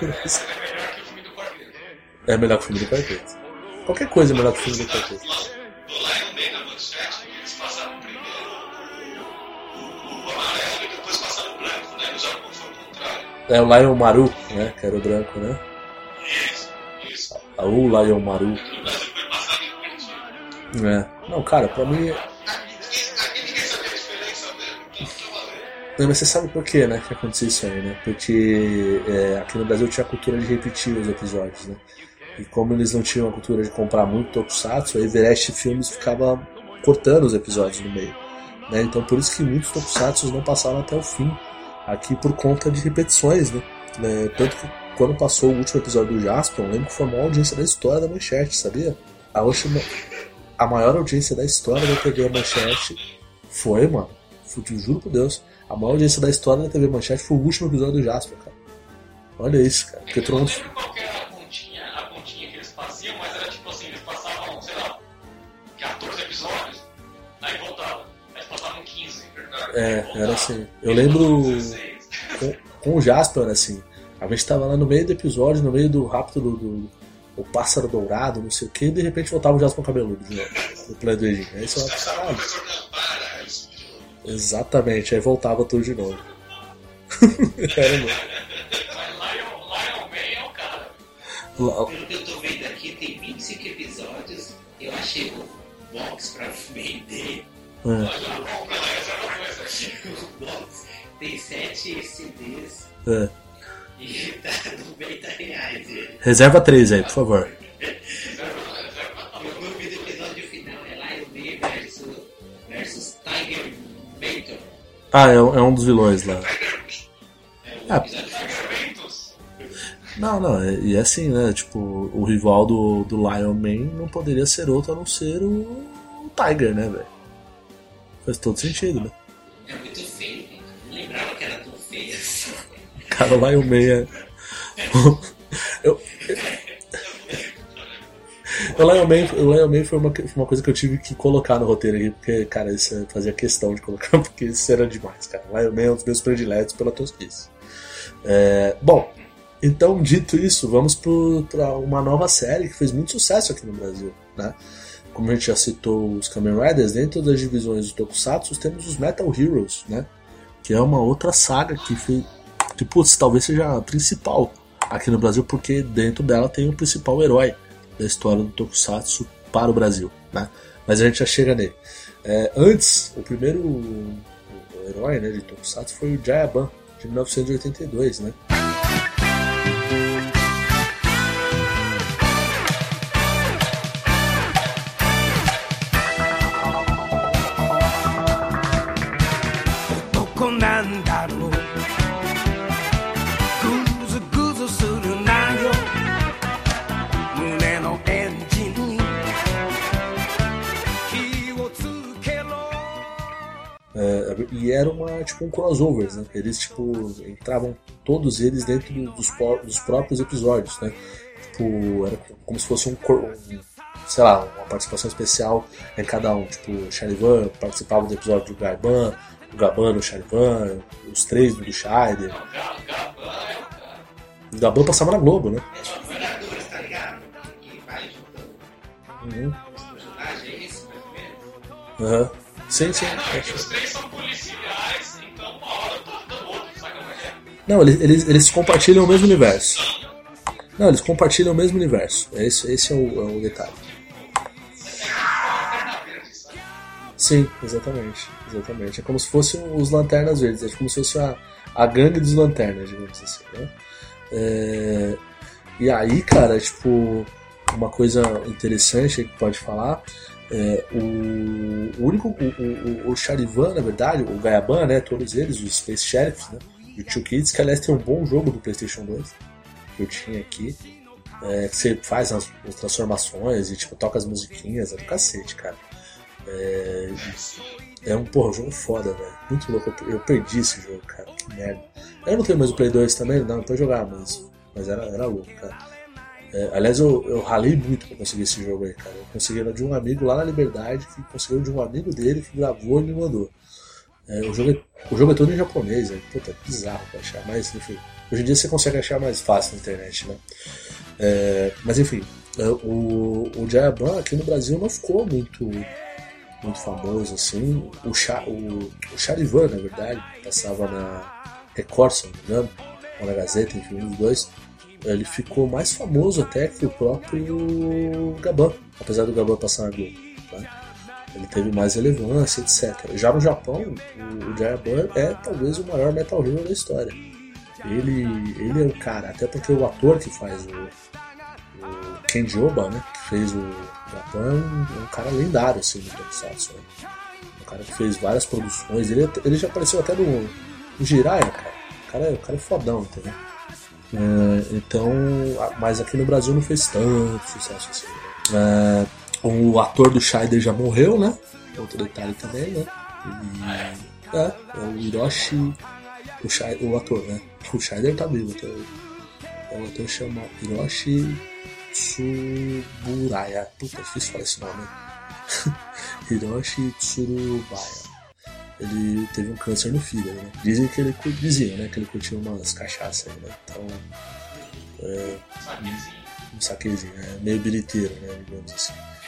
É melhor que o filme do Quarteto. Qualquer coisa é melhor que o filme do Quarteto.
Do Lion Man na manchete, eles passaram primeiro o amarelo e depois passaram o branco, né? No Japão foi o contrário.
É o Lion Maru, né? Que era o branco, né?
Isso, isso.
Ah, o Lion Maru.
No Brasil foi passado em invertido.
É. Não, cara, pra mim.
Aqui ninguém sabia a diferença dele. Tudo que eu falei.
Não, mas você sabe por quê, né? Que aconteceu isso aí, né? Porque é, aqui no Brasil tinha a cultura de repetir os episódios, né? E como eles não tinham a cultura de comprar muito tokusatsu, a Everest Filmes ficava cortando os episódios no meio, né? Então por isso que muitos tokusatsus não passaram até o fim, aqui por conta de repetições, né? É, tanto que quando passou o último episódio do Jaspion, eu lembro que foi a maior audiência da história da Manchete, sabia? A, última, a maior audiência da história da T V Manchete foi, mano, eu juro por Deus, a maior audiência da história da T V Manchete foi o último episódio do Jaspion, cara. Olha isso, cara. Porque todo mundo...
Eu lembro qual que era a pontinha, a pontinha que eles faziam, mas era tipo assim, eles passavam, sei lá, quatorze episódios, aí voltavam, aí eles passavam quinze, verdade?
É, era assim. Eu lembro com, com o Jasper, era assim. A gente tava lá no meio do episódio, no meio do rapto do, do o pássaro dourado, não sei o que, e de repente voltava o Jasper cabeludo de novo, no plano do Egito. Aí você fala, caralho. Exatamente, aí voltava tudo de novo. Era mesmo.
Lion, Lion Man é o cara.
Lá-
Pelo que eu tô vendo aqui, tem vinte e cinco episódios. Eu achei o box pra vender.
É.
O box tem sete C Ds
É.
e tá noventa reais ele.
Reserva três aí, por favor.
O nome do episódio final é Lion Man versus
Ah, é, um- é um dos vilões lá. Ah, não, não, é, e é assim, né? Tipo, o rival do, do Lion Man não poderia ser outro a não ser o, o Tiger, né, velho? Faz todo sentido, né?
É muito feio, né? Não lembrava que era tão feio assim.
Cara, o Lion Man é. eu, O Lion Man, o Lion Man foi, uma, foi uma coisa que eu tive que colocar no roteiro aqui, porque, cara, isso eu fazia questão de colocar, porque isso era demais, cara. O Lion Man é um dos meus prediletos pela tosquice. É, bom, então, dito isso, vamos para uma nova série que fez muito sucesso aqui no Brasil, né? Como a gente já citou os Kamen Riders, dentro das divisões do Tokusatsu temos os Metal Heroes, né? Que é uma outra saga que, fez, que putz, talvez seja a principal aqui no Brasil, porque dentro dela tem o principal herói da história do Tokusatsu para o Brasil, né? Mas a gente já chega nele. É, antes, o primeiro o, o herói, né, de Tokusatsu foi o Jayaban, de mil novecentos e oitenta e dois, né? É, e era uma, tipo um crossover, né? Eles tipo entravam todos eles dentro dos, dos próprios episódios, né? Tipo, era como se fosse um, um sei lá, uma participação especial em cada um. Tipo, o Charivan participava do episódio do Garban, o Gaban no Charivan, os três do Scheider. O Gaban passava na Globo, né? Uhum. Uhum. Sim, sim.
Não, é que os três são policiais, então uma hora tá do outro, sabe como é que é?
Não, eles, eles, eles compartilham o mesmo universo. Não, eles compartilham o mesmo universo. Esse, esse é, o, é o detalhe. Sim, exatamente. Exatamente. É como se fossem os Lanternas Verdes. É como se fosse a, a gangue dos Lanternas, digamos assim, né? É, e aí, cara, tipo, uma coisa interessante que pode falar. É, o, o único, o, o, o Charivan, na verdade, o Gayaban, né, todos eles, os Space Sheriffs, né, e o Two Kids, que aliás tem um bom jogo do PlayStation dois, que eu tinha aqui, é, que você faz as, as transformações e tipo, toca as musiquinhas, é do cacete, cara. É, é um porra, jogo foda, velho, muito louco, eu, eu perdi esse jogo, cara, que merda. Eu não tenho mais o Play dois também, não, pra jogar, mas, mas era, era louco, cara. É, aliás, eu, eu ralei muito pra conseguir esse jogo aí, cara. Eu consegui de um amigo lá na Liberdade, que conseguiu de um amigo dele que gravou e me mandou. É, o, jogo é, o jogo é todo em japonês, é, puta, é bizarro pra achar, mas enfim. Hoje em dia você consegue achar mais fácil na internet, né? É, mas enfim, é, o, o Jayaban aqui no Brasil não ficou muito, muito famoso assim. O, Cha, o, o Charivan, na verdade, passava na Record, se não me engano, ou na Gazeta, enfim, um dos dois. Ele ficou mais famoso até que o próprio Gaban, apesar do Gaban passar na Globo, né? Ele teve mais relevância, etcétera. Já no Japão, o Jayaban é talvez o maior Metal Hero da história. Ele, ele é o cara, até porque o ator que faz o, o Kenji Oba, né, que fez o Gaban, é um cara lendário assim, no Tokusatsu, né? Um cara que fez várias produções. Ele, ele já apareceu até no, no Jiraiya, cara. O cara, o cara é fodão, entendeu? É, então, mas aqui no Brasil não fez tanto sucesso assim. É, o ator do Scheider já morreu, né? Outro detalhe também, né? E, é, é o Hiroshi, o, Scheider, o ator, né? O Scheider tá vivo, então, o ator chama Hiroshi Tsuburaya. Puta, difícil falar esse nome. Hiroshi Tsurubaya. Ele teve um câncer no fígado, né? Dizem que ele dizia, né? Que ele curtia umas cachaças aí, né? Então, é, um saquezinho, é meio bilheteiro, né? Digamos assim.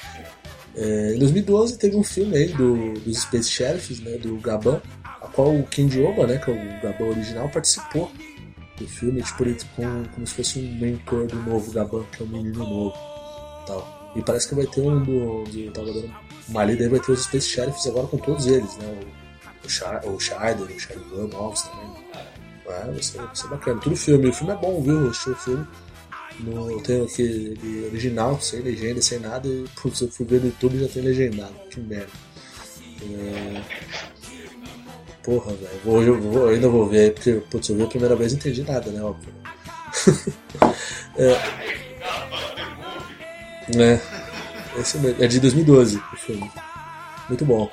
É, em dois mil e doze teve um filme aí do, dos Space Sheriffs, né? Do Gaban, a qual o Kenji Oba, né? Que é o Gaban original, participou do filme, tipo, ele com, como se fosse um mentor do novo Gaban, que é um menino novo, tal. E parece que vai ter um do, do tava dando uma lida aí, vai ter os Space Sheriffs agora com todos eles, né? O, O Scheider, o Charivan, novos também. Ah, vai ser, vai ser bacana. Tudo filme. O filme é bom, viu? Eu assisti o filme. No, eu tenho aquele original, sem legenda, sem nada. E putz, eu fui ver no YouTube e já tem legendado. Que merda. É... porra, velho. Vou, eu, vou, eu ainda vou ver, porque, putz, eu vi a primeira vez e não entendi nada, né? Óbvio. é. é. Esse mesmo. É de dois mil e doze o filme. Muito bom.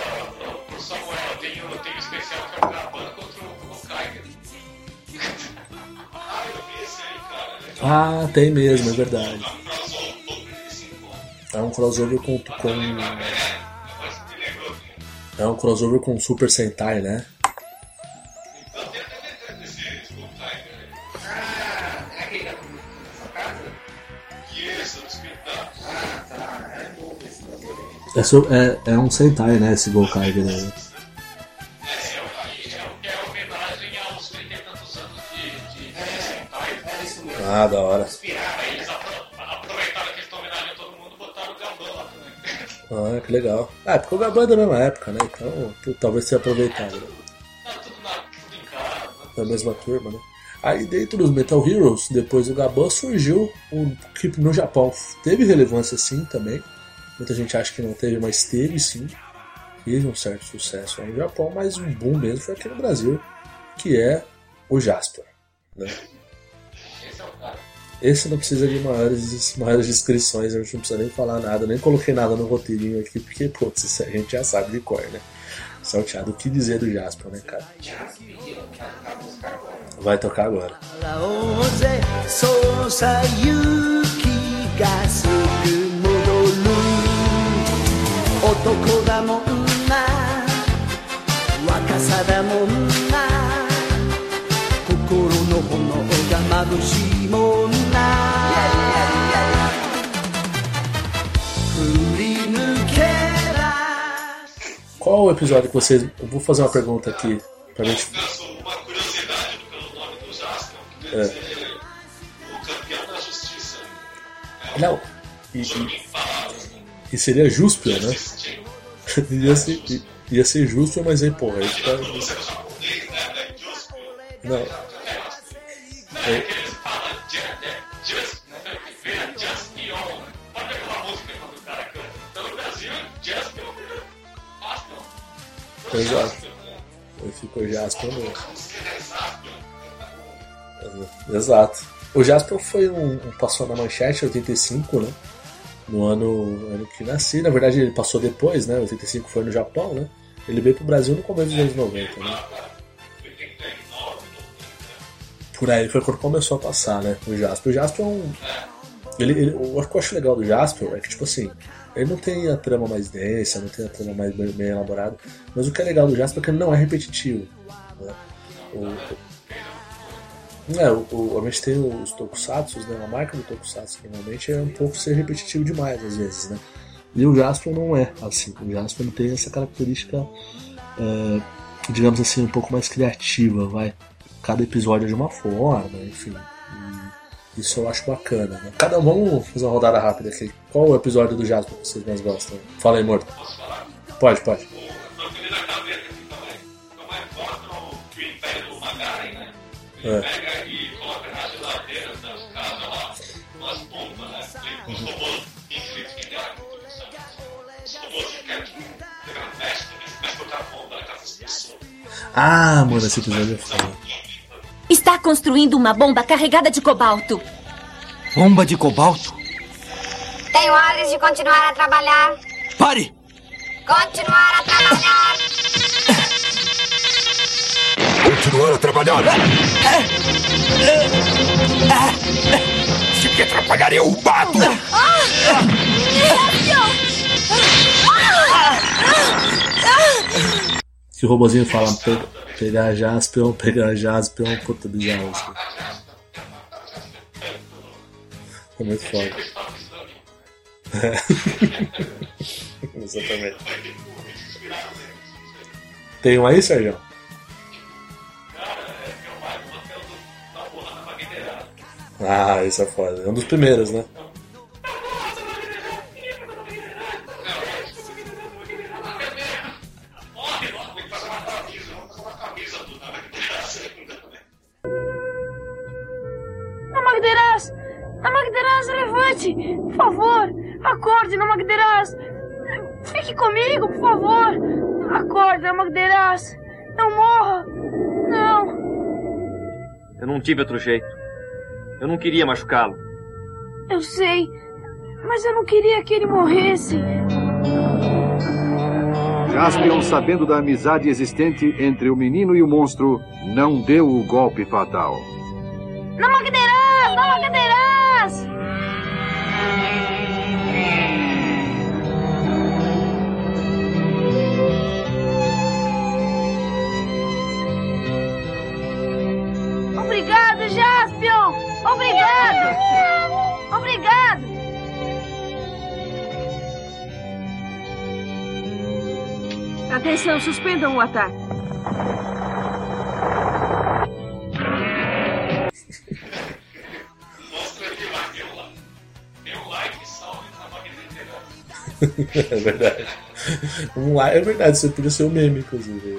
Ah, tem mesmo, é verdade. É um crossover com, com... É um crossover com Super Sentai, né? É, so, é, é um Sentai, né? Esse Gokaiger, né? Ah, da hora. Ah, que legal. Ah, porque o Gabão é da mesma época, né? Então, talvez tenha aproveitado. Né? Da mesma turma, né? Aí dentro dos Metal Heroes, depois do Gabão, surgiu um que no Japão teve relevância sim também. Muita gente acha que não teve, mas teve sim. Fez um certo sucesso aí no Japão, mas o boom mesmo foi aqui no Brasil, que é o Jaspion, né? Esse não precisa de maiores, maiores descrições, a gente não precisa nem falar nada, nem coloquei nada no roteirinho aqui, porque, putz, isso a gente já sabe de cor, né? Salteado, o que dizer do Jaspion, né, cara? Vai tocar agora. Qual o episódio que vocês... Eu vou fazer uma pergunta aqui pra gente...
Uma curiosidade pelo nome do Jaspion, que deve
é.
ser o campeão da justiça.
Não, e, e, e seria Juspion, né? ia, ser, ia ser Juspion, mas aí, porra, aí tá... Não. É. Exato. Aí ficou Jaspion mesmo. Exato. O Jaspion foi um, um passou na manchete em oitenta e cinco, né? No ano, ano que nasci. Na verdade ele passou depois, né? oitenta e cinco foi no Japão, né? Ele veio pro Brasil no começo dos anos noventa, né? Por aí foi quando começou a passar, né? O Jaspion. O Jaspion. Ele, ele, o que eu acho legal do Jaspion é que, tipo assim, ele não tem a trama mais densa, não tem a trama mais bem, bem elaborada, mas o que é legal do Jaspion é que ele não é repetitivo, né? O, é, o, o, a gente tem os tokusatsu, né? A marca do tokusatsu normalmente é um pouco ser repetitivo demais às vezes, né? E o Jaspion não é assim. O Jaspion tem essa característica, é, digamos assim, um pouco mais criativa, vai. Cada episódio é de uma forma, enfim. Isso eu acho bacana, né? Cada um, vamos fazer uma rodada rápida aqui. Qual o episódio do Jaspion que vocês mais gostam? Fala aí, Morto. Pode, pode. É.
Pega e coloca na geladeira das casas lá, umas bombas, né? Os robôs inscritos em lá, os robôs que querem pegar um teste, mas botar bomba na casa das pessoas.
Ah, mano, esse episódio é foda.
Está construindo uma bomba carregada de cobalto.
Bomba de cobalto?
Tenho ordens de continuar a trabalhar.
Pare!
Continuar a trabalhar.
Continuar a trabalhar. Se quer atrapalhar, eu o bato.
Que o robozinho fala, pe- pegar Jaspion, pegar Jaspion, puta do Jaspion. É muito foda. É. Exatamente. Tem um aí, Sérgio? Ah, isso é foda. É um dos primeiros, né?
Namagderaz! Namagderaz, levante! Por favor! Acorde, Namagderaz! Fique comigo, por favor! Acorde, Namagderaz! Não morra! Não!
Eu não tive outro jeito. Eu não queria machucá-lo.
Eu sei, mas eu não queria que ele morresse.
Jaspion, sabendo da amizade existente entre o menino e o monstro, não deu o golpe fatal.
Não Magderaz! Não Magderaz! Obrigado, Jaspion! Obrigado! Obrigado! Atenção, suspendam o ataque.
Mostra aqui lá, meu lá. Meu like salve na Magneterás.
É verdade. Um like, é verdade, você podia ser o meme, inclusive.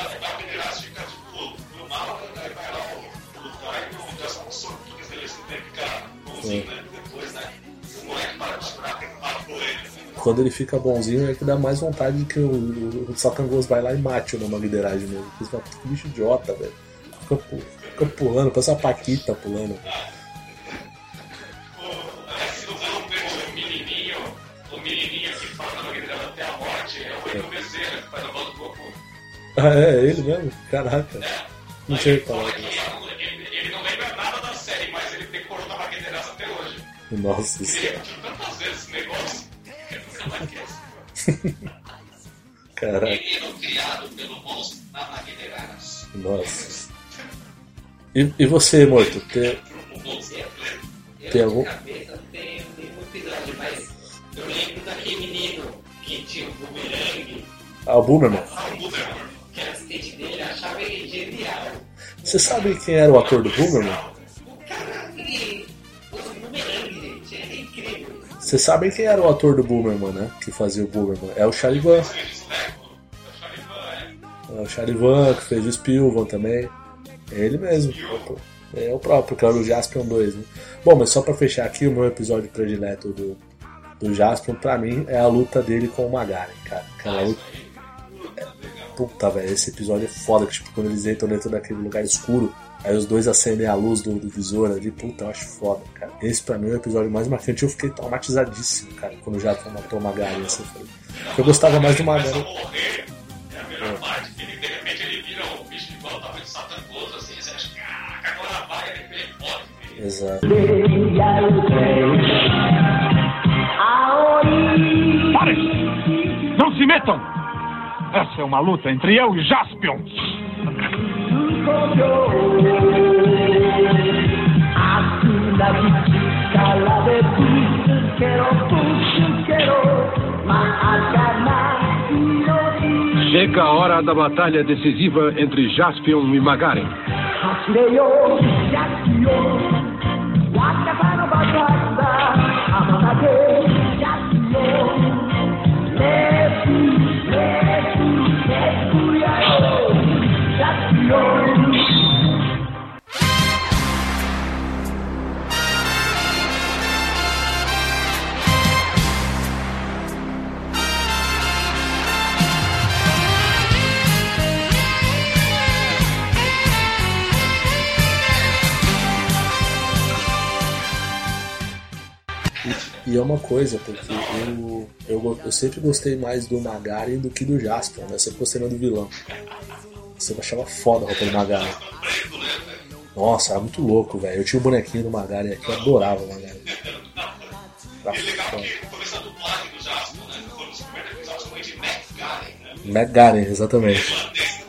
Quando ele fica bonzinho é que dá mais vontade de que o, o, o Satangos vai lá e mate o Noma Magderage mesmo. Você fala, que bicho idiota, velho. Fica, fica pulando, parece uma Paquita pulando.
O menininho, o menininho que fala na Magneterás até a morte é o Edu Bezerra, que faz a voz do Goku.
Ah, é? Ele mesmo? Caraca. Não tinha falado isso.
Ele não lembra nada da série, mas ele decorou da Magneterás até hoje.
Nossa senhora.
Tantas vezes esse negócio.
Caraca.
Menino criado pelo monstro na Magneterás.
Nossa. E, e você, Morto? Tem, tem algum?
Na cabeça não tem nenhum episódio, mas eu lembro daquele menino que tinha um bumerangue.
Ah, o Boomerman.
Ah, o Boomerman. Que era assistente dele, achava ele genial.
Você sabe quem era o ator do Boomerman?
Ele usa um bumerangue, gente. É incrível.
Vocês sabem quem era o ator do Boomerman, né? Que fazia o Boomerman. É o Charivan. É o Charivan, que fez o Spilvan também. É ele mesmo. É o próprio, que era o Jaspion dois, né? Bom, mas só pra fechar aqui, o meu episódio predileto do, do Jaspion, pra mim, é a luta dele com o Magaren, cara. Aquela luta... É... Puta, velho, esse episódio é foda, que tipo, quando eles entram dentro daquele lugar escuro, aí os dois acendem a luz do, do visor ali, puta, eu acho foda, cara. Esse pra mim é o episódio mais marcante. Eu fiquei traumatizadíssimo, cara, quando o Jaspion matou o Magaren, assim, foi... Eu gostava mais do Magaren.
É a melhor parte, que ele, de repente ele vira um bicho de igual tamanho de Satangos, assim, você acha que agora vai, ele é forte.
Exato.
Parem! Não se metam! Essa é uma luta entre eu e Jaspion. Chega a hora da batalha decisiva entre Jaspion e Magaren.
E é uma coisa, porque eu, eu, eu sempre gostei mais do Magaren do que do Jaspion, né? Eu sempre gostei mais do vilão. Eu sempre achava foda a roupa do Magaren. Nossa, era muito louco, velho. Eu tinha o um bonequinho do Magaren aqui, eu adorava o Magaren. Magaren, exatamente.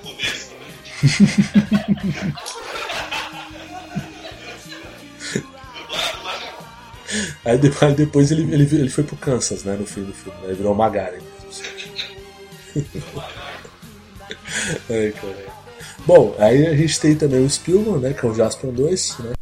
Aí depois, depois ele, ele, ele foi pro Kansas, né, no fim do filme, né? Ele virou o Magaren. Ai, cara. Bom, aí a gente tem também o Spilvan, né, que é o Jaspion dois, né?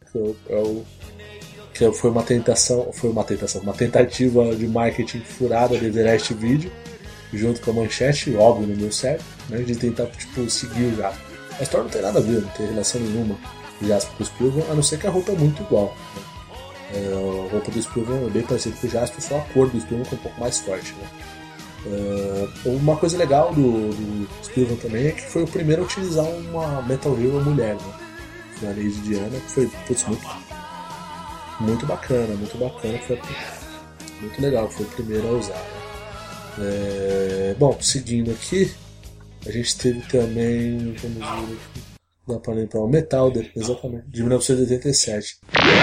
Que é o, é o que foi uma tentação, foi uma tentação, uma tentativa de marketing furada de Everest Video, junto com a Manchete, óbvio, não deu certo, né, de tentar tipo, seguir o Jasper. A história não tem nada a ver, não tem relação nenhuma do Jasper com o Spielberg, a não ser que a roupa é muito igual. Né? É, a roupa do Spielberg é bem parecida com o Jasper, só a cor do Spielberg é um pouco mais forte. Né? É, uma coisa legal do, do Spielberg também é que foi o primeiro a utilizar uma Metal Hero mulher, né? Na Lady Diana, que foi putz, muito, muito bacana, muito bacana, foi muito legal, foi o primeiro a usar. Né? É, bom, seguindo aqui, a gente teve também, vamos ver aqui, dá para lembrar o Metal, exatamente, de mil novecentos e oitenta e sete.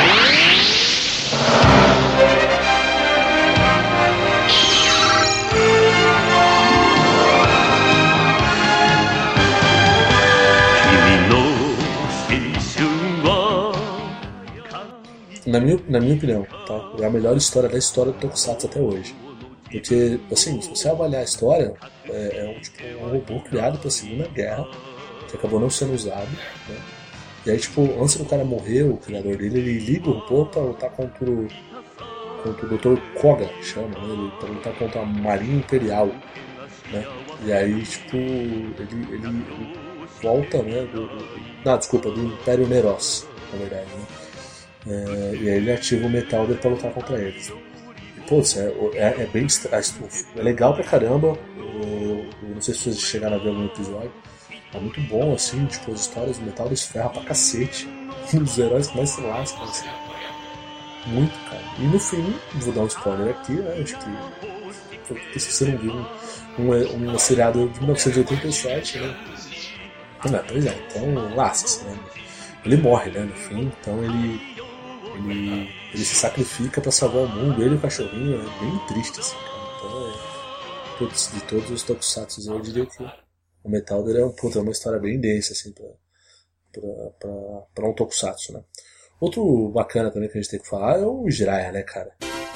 Na minha, na minha opinião, tá? É a melhor história da história do Tokusatsu até hoje. Porque, assim, se você avaliar a história, é, é um, tipo, um robô criado pra Segunda Guerra, que acabou não sendo usado, né? E aí, tipo, antes do cara morrer, o criador dele, ele liga o robô pra lutar contra o, contra o doutor Koga, chama, né? Ele, pra lutar contra a Marinha Imperial, né? E aí, tipo, ele, ele, ele volta, né? Do, do, não, desculpa, do Império Neros, na verdade, né? É, e aí ele ativa o Metal pra lutar contra eles. E, putz, é, é, é bem é legal pra caramba. Eu, eu não sei se vocês chegaram a ver algum episódio. É muito bom, assim, tipo, as histórias do Metal eles ferram pra cacete. Os heróis que mais se lascam, assim. Muito, cara. E no fim, vou dar um spoiler aqui, né? Acho que. Porque se você não viu um, um, um seriado de mil novecentos e oitenta e sete, né? Não, pois é, então lasca-se, né? Ele morre, né? No fim, então ele. Ele, ele se sacrifica pra salvar o mundo, ele e o cachorrinho, é bem triste, assim, cara. Então, é, todos, de todos os tokusatsu, eu diria que o Metal dele é, um, puta, é uma história bem densa, assim, pra, pra, pra, pra um tokusatsu, né. Outro bacana também que a gente tem que falar é o Jiraiya, né, cara.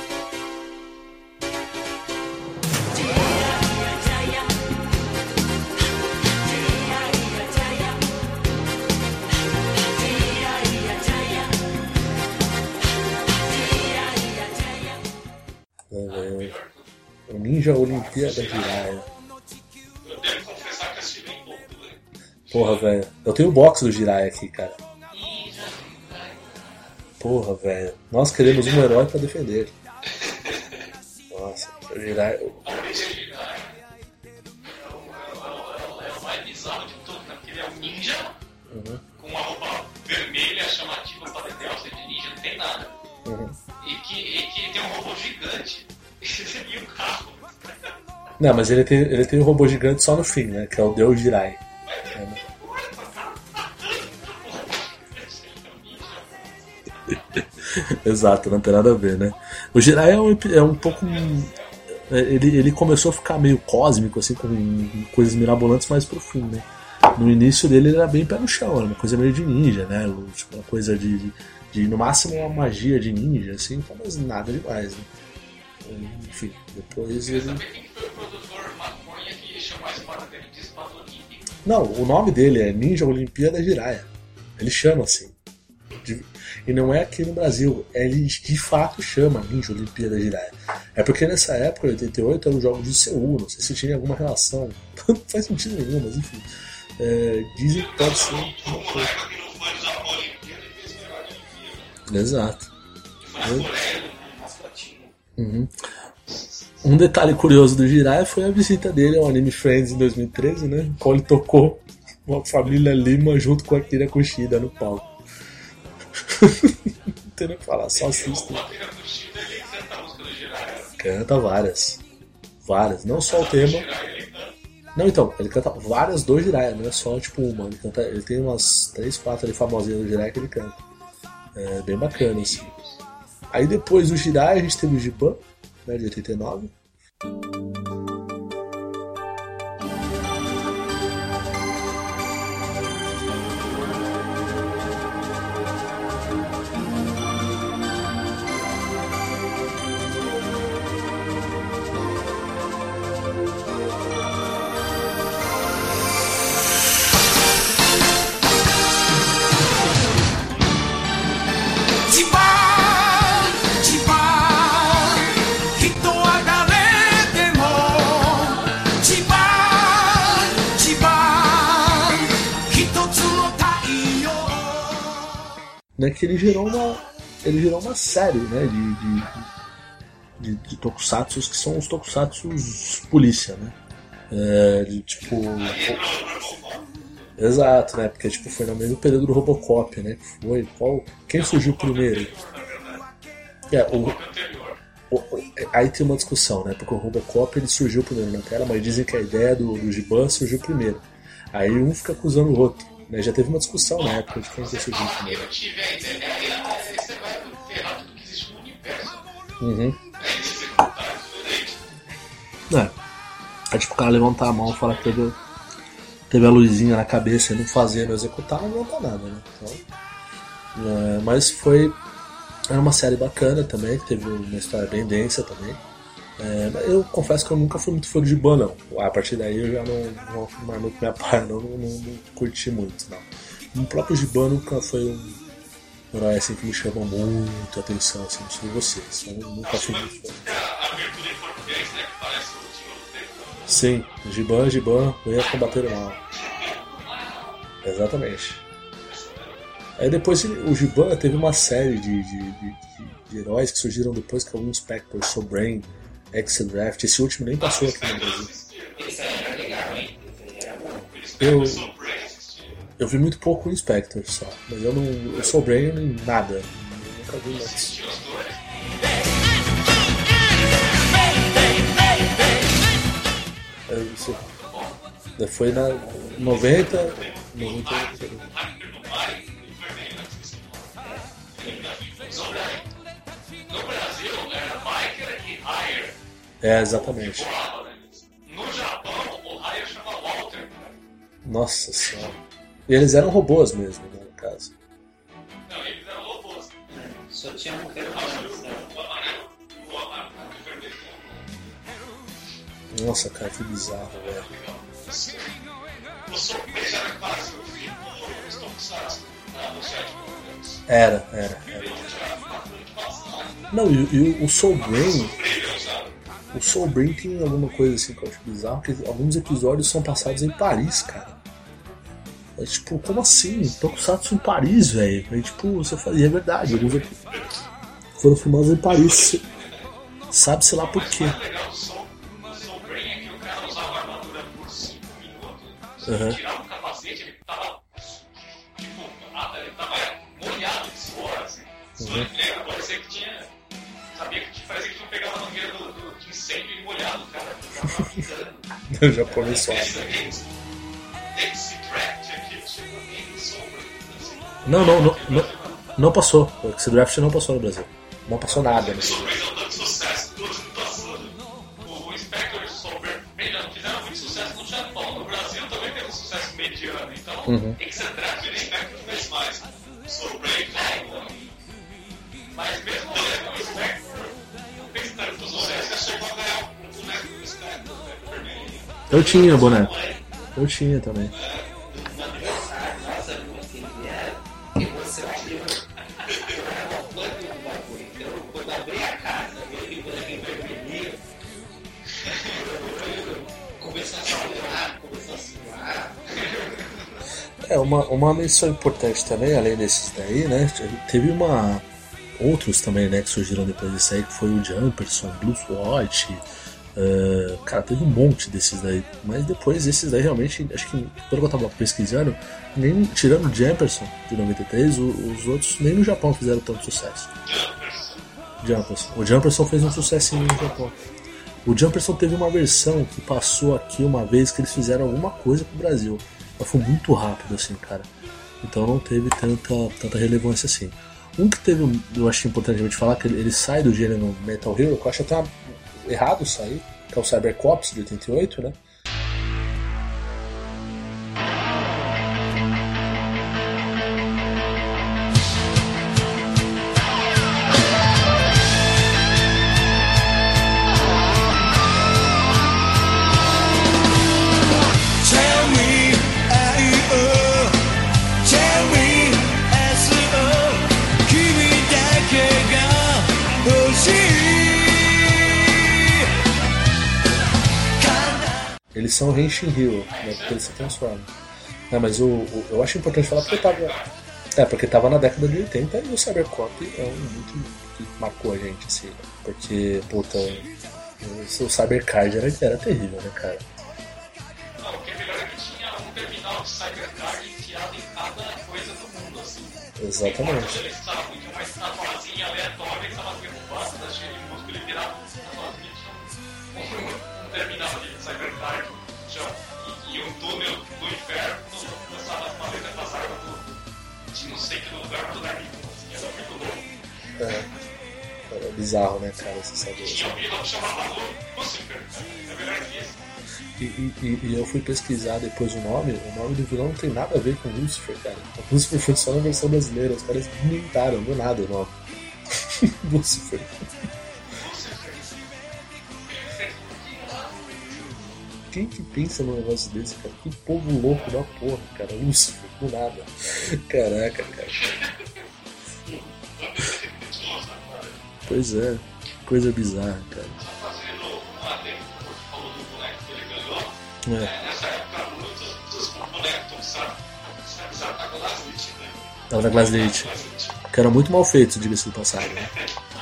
O Ninja Olimpíada Jiraiya.
Eu devo confessar que assisti bem pouco, velho.
Porra, velho. Eu tenho o box do Jiraiya aqui, cara. Porra, velho. Nós queremos um herói pra defender. Nossa, o Jiraiya.
É o mais bizarro de tudo, né? Porque ele é um ninja
Uhum.
com uma roupa vermelha chamativa pra legal, ser de ninja, não tem nada.
Uhum.
E que, e que tem um robô gigante e um carro.
Não, mas ele tem, ele tem um robô gigante só no fim, né? Que é o Deus Jiraiya. É, né? Exato, não tem nada a ver, né? O Jiraiya é um, é um pouco. Ele, ele começou a ficar meio cósmico, assim, com coisas mirabolantes mais pro fim, né? No início dele ele era bem pé no chão, era uma coisa meio de ninja, né? Tipo, uma coisa de, de, de no máximo uma magia de ninja, assim, mas nada demais, né? Enfim, depois ele. Não, o nome dele é Ninja Olimpíada Jiraiya. Ele chama assim. E não é aqui no Brasil, ele de fato chama Ninja Olimpíada Jiraiya. É porque nessa época, em oitenta e oito, era um jogo de Seul, não sei se tinha alguma relação. Não faz sentido nenhum, mas enfim. É, dizem que pode ser uma coisa. Exato. Uhum. Um detalhe curioso do Jiraiya foi a visita dele ao Anime Friends em dois mil e treze, né? Quando ele tocou uma família Lima junto com a Akira Kushida no palco. Não tem nem o que falar, só assista. Canta várias. Várias, não só o tema. Não, então, ele canta várias do Jiraiya, não é só tipo uma. Ele, canta, ele tem umas três, quatro ali famosinhas do Jiraiya que ele canta. É bem bacana, assim. Aí depois do Jiraiya a gente teve o Giban, né, de oitenta e nove. né, que ele gerou uma, ele gerou uma série, né, de, de, de, de tokusatsus que são os tokusatsus polícia, né? É, de, tipo... Exato, né? Porque tipo, foi no mesmo período do Robocop, né? Que foi, qual, quem surgiu primeiro? É, o, o, aí tem uma discussão, né? Porque o Robocop ele surgiu primeiro na tela, mas dizem que a ideia do, do Giban surgiu primeiro. Aí um fica acusando o outro, né? Já teve uma discussão na época de quem que surgiu primeiro.
Eu tive a ideia, aí você vai ferrar tudo que existe no universo.
Uhum. É. Aí tipo, o cara levantar a mão e falar que teve, teve a luzinha na cabeça e não fazer, não executar, não adianta nada, né? Então, é, mas foi. Era uma série bacana também, que teve uma história bem densa também. É, eu confesso que eu nunca fui muito fã de Giban, não. A partir daí eu já não, não mais muito minha par, não, não, não, não curti muito, não. O próprio Giban nunca foi um herói assim que me chamou muito a atenção, assim, não sei vocês. Eu nunca fui muito fã. Sim, Giban, Giban, veio combater o mal. Exatamente. Aí depois o Giban teve uma série de, de, de, de heróis que surgiram depois, que é o Inspector, Soul Brain, X-Draft. Esse último nem passou aqui no Brasil. Eu, eu vi muito pouco o Inspector só, mas eu não. O Soul Brain nem nada. Eu nunca vi mais. Isso. Foi na noventa. noventa.
No Brasil era Biker e Hire.
É, exatamente.
No Japão, o Hire chama Walter.
Nossa senhora. E eles eram robôs mesmo, né, no caso.
Não, eles eram robôs.
Só tinha um cara.
Nossa, cara, que bizarro, velho.
O sorvete era quase o fim dos tokusatsu no sétimo.
Era, era, era. Não, e, e o Soul Brain. O Soul Brain tem alguma coisa assim que eu acho bizarro, que alguns episódios são passados em Paris, cara. É tipo, como assim? Tokusatsu em Paris, velho. É tipo, você fala, e é verdade, alguns episódios foram filmados em Paris. Sabe-se lá por quê. Uhum.
Tirava o capacete, ele tava tipo, ele tava molhado de suor, assim. Uhum. Parecia que tinha. Sabia que parecia que tinha pegado a mangueira do, do, de incêndio e molhado, cara.
Eu já começou. Não, não, não, não, não passou. O X-Draft não passou no Brasil. Não passou nada. Né?
O Inspector e o Solver fizeram muito sucesso no Japão. No Brasil também teve um sucesso mediano. Então,
uhum.
X-Draft e o Inspector fez mais. O Solver não. Mas mesmo o Inspector fez tanto sucesso, você chegou a ganhar um boneco do Inspector.
Eu tinha boneco. Eu tinha também. É, uma, uma menção importante também, além desses daí, né? Teve uma. Outros também, né, que surgiram depois desse aí, que foi o Jumperson, Blue SWAT. Uh, cara, teve um monte desses daí. Mas depois esses daí realmente, acho que quando eu tava pesquisando, nem, tirando o Jumperson de noventa e três, o, os outros nem no Japão fizeram tanto sucesso. Jumperson. O Jumperson fez um sucessinho no Japão. O Jumperson teve uma versão que passou aqui uma vez que eles fizeram alguma coisa pro Brasil. Mas foi muito rápido assim, cara. Então não teve tanta, tanta relevância assim. Um que teve, eu acho importante a gente falar, que ele, ele sai do gênero Metal Hero, que eu acho até errado sair, que é o Cybercops de oitenta e oito, né? Eles são Henshin Hero, né, porque eles se transformam. Não, mas o, o, eu acho importante falar porque eu tava. É, porque tava na década de oitenta e o Cybercop é um muito que marcou a gente, assim, porque, puta, o Cybercard era, era terrível, né, cara?
Não, o que é melhor é que tinha um terminal de Cybercard enfiado em cada coisa do mundo, assim.
Exatamente.
Ele estava muito uma estatuazinha aleatória que estava derrubada da cheia de músculo, ele virava uma estatuazinha, tinha um, um terminal de Cybercard, e, e um túnel do inferno, começava as paletas das armas do, de não sei que lugar, do lugar nenhum, assim, era muito louco.
É. É bizarro, né, cara, você sabe.
Tinha um vilão que chamava Lucifer, é melhor que isso.
E, e, e eu fui pesquisar depois o nome, o nome do vilão não tem nada a ver com Lucifer, cara. O Lucifer foi só na versão brasileira, os caras inventaram do nada o nome. Lucifer. Quem que pensa num negócio desse, cara? Que povo louco da porra, cara. Lucifer, do nada. Caraca, cara. Pois é, coisa bizarra, cara.
Fazendo um adendo, falou do boneco que ele ganhou.
É.
Nessa época, muitos dos bonecos, sabe? Sabe da Glaslit, né?
Tava da Glaslit. Que era muito mal feito, diga-se de passagem. Né?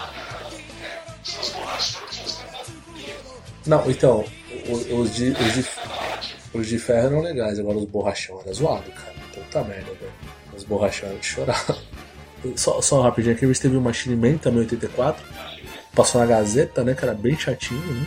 Não, então, os de, os, de, os de ferro eram legais, agora os borrachão era zoado, cara. Puta merda, velho. Os borrachão eram de chorar. Só, só rapidinho aqui, teve o Machine Man também, oitenta e quatro. Passou na Gazeta, né, cara? Bem chatinho, né?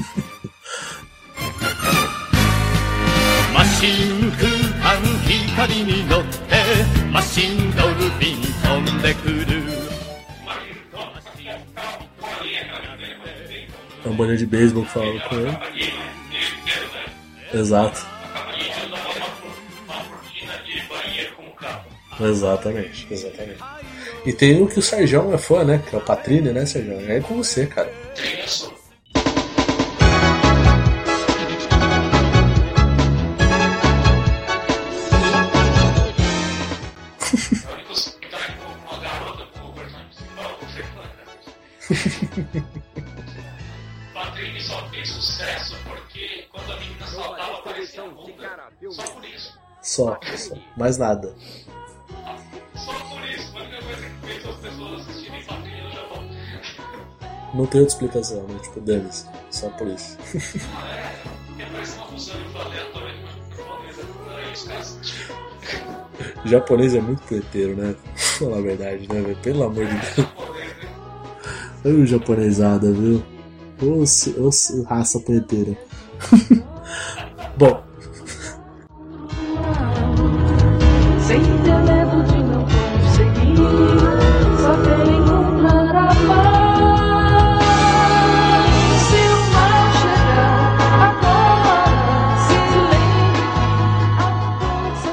É um bolinho de beisebol que falava com ele. Exato. Exatamente, exatamente. E tem o que o Sérgio é fã, né? Que é o Patrine, né, Sérgio? É com você, cara.
Patrine só fez sucesso porque quando a menina saltava aparecia a bunda. Só por isso.
Só, só. Mais nada.
Só por isso, a única coisa que fez as pessoas assistirem Patrine no Japão.
Não tem outra explicação, né? Tipo, deles. Só por isso.
Ah, é? Porque parece uma função aleatória de japonês.
O japonês é muito preteiro, né? Falar a verdade, né, velho? Pelo amor de Deus. Olha o japonesada, viu? Ô, ô raça preteira. Bom.
Sem ter medo de não conseguir, só quer encontrar a paz. Se o mal chegar agora, se lembre, alcança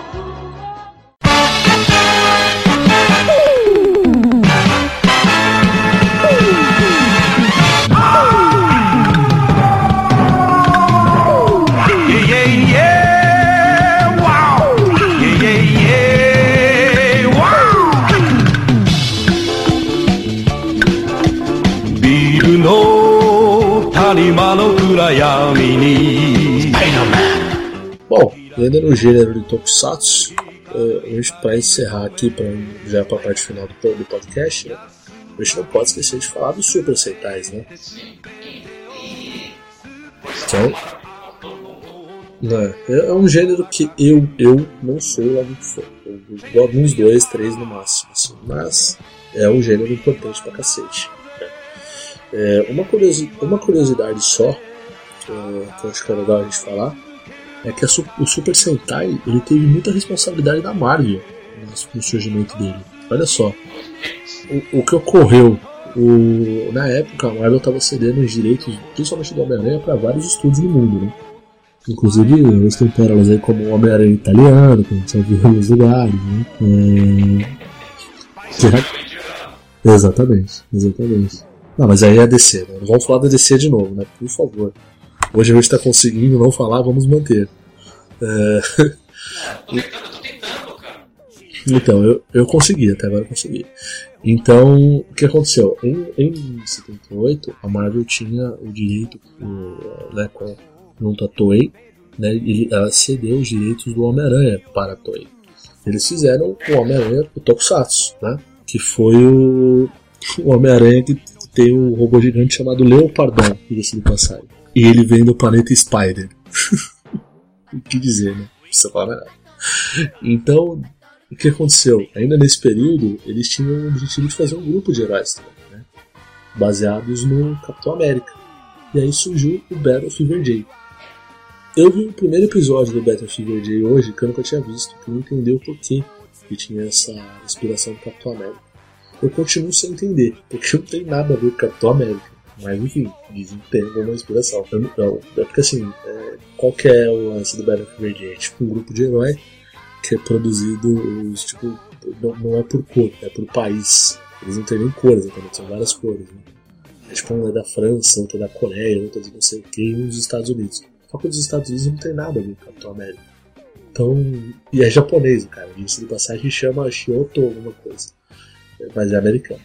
Yeah, yeah, yeah, wow. Yeah, yeah, yeah, wow. ビルの谷間の暗闇に
Bom, ainda no gênero de Tokusatsu, a gente, pra encerrar aqui, pra, já pra parte final do, do podcast, né, a gente não pode esquecer de falar dos Super Sentais, né? Então, né, é um gênero que eu, eu não sou lá muito fã. Eu gosto de uns dois, três no máximo, assim, mas é um gênero importante pra cacete. Né? É, uma, curiosi- uma curiosidade só, que eu, que eu acho que é legal a gente falar, é que a, o Super Sentai ele teve muita responsabilidade da Marvel no surgimento dele. Olha só, o, o que ocorreu, o, na época a Marvel estava cedendo os direitos, principalmente do Homem-Aranha, para vários estúdios no mundo, né? Inclusive, eles têm pérolas aí como o Homem-Aranha italiano, que a gente já viu em alguns lugares, né? É... Já... Exatamente, exatamente. Não, mas aí é a D C, né? Não vamos falar da D C de novo, né? Por favor. Hoje a gente está conseguindo não falar, vamos manter. É... Então, eu, eu consegui, até agora eu consegui. Então, o que aconteceu? Em, em setenta e oito, a Marvel tinha o direito, o, né, com, junto à Toei, né, e ela cedeu os direitos do Homem-Aranha para a Toei. Eles fizeram o Homem-Aranha, o Tokusatsu, né? Que foi o, o Homem-Aranha que tem um robô gigante chamado Leopardon, diga-se de passagem. E ele vem do planeta Spider. O que dizer, né? Não precisa falar nada. Então, o que aconteceu? Ainda nesse período, eles tinham o objetivo de fazer um grupo de heróis também, né? Baseados no Capitão América. E aí surgiu o Battle Fever J. Eu vi o primeiro episódio do Battle Fever J hoje, que eu nunca tinha visto, que eu não entendi o porquê que tinha essa inspiração do Capitão América. Eu continuo sem entender, porque não tem nada a ver com o Capitão América. Mas enfim, dizem que tem alguma inspiração. Eu, não, é porque assim, é, qual que é o lance do Battle Fever J? É tipo um grupo de herói que é produzido, tipo, não, não é por cor, é por país. Eles não têm nem cores, exatamente, são várias cores. Né? É tipo um é da França, outro é da Coreia, outro é de não sei o que, e um dos Estados Unidos. Só que os Estados Unidos não tem nada a ver com o Capitão América. Então, e é japonês, cara. Isso de passagem chama Shioto alguma coisa. Mas é americano.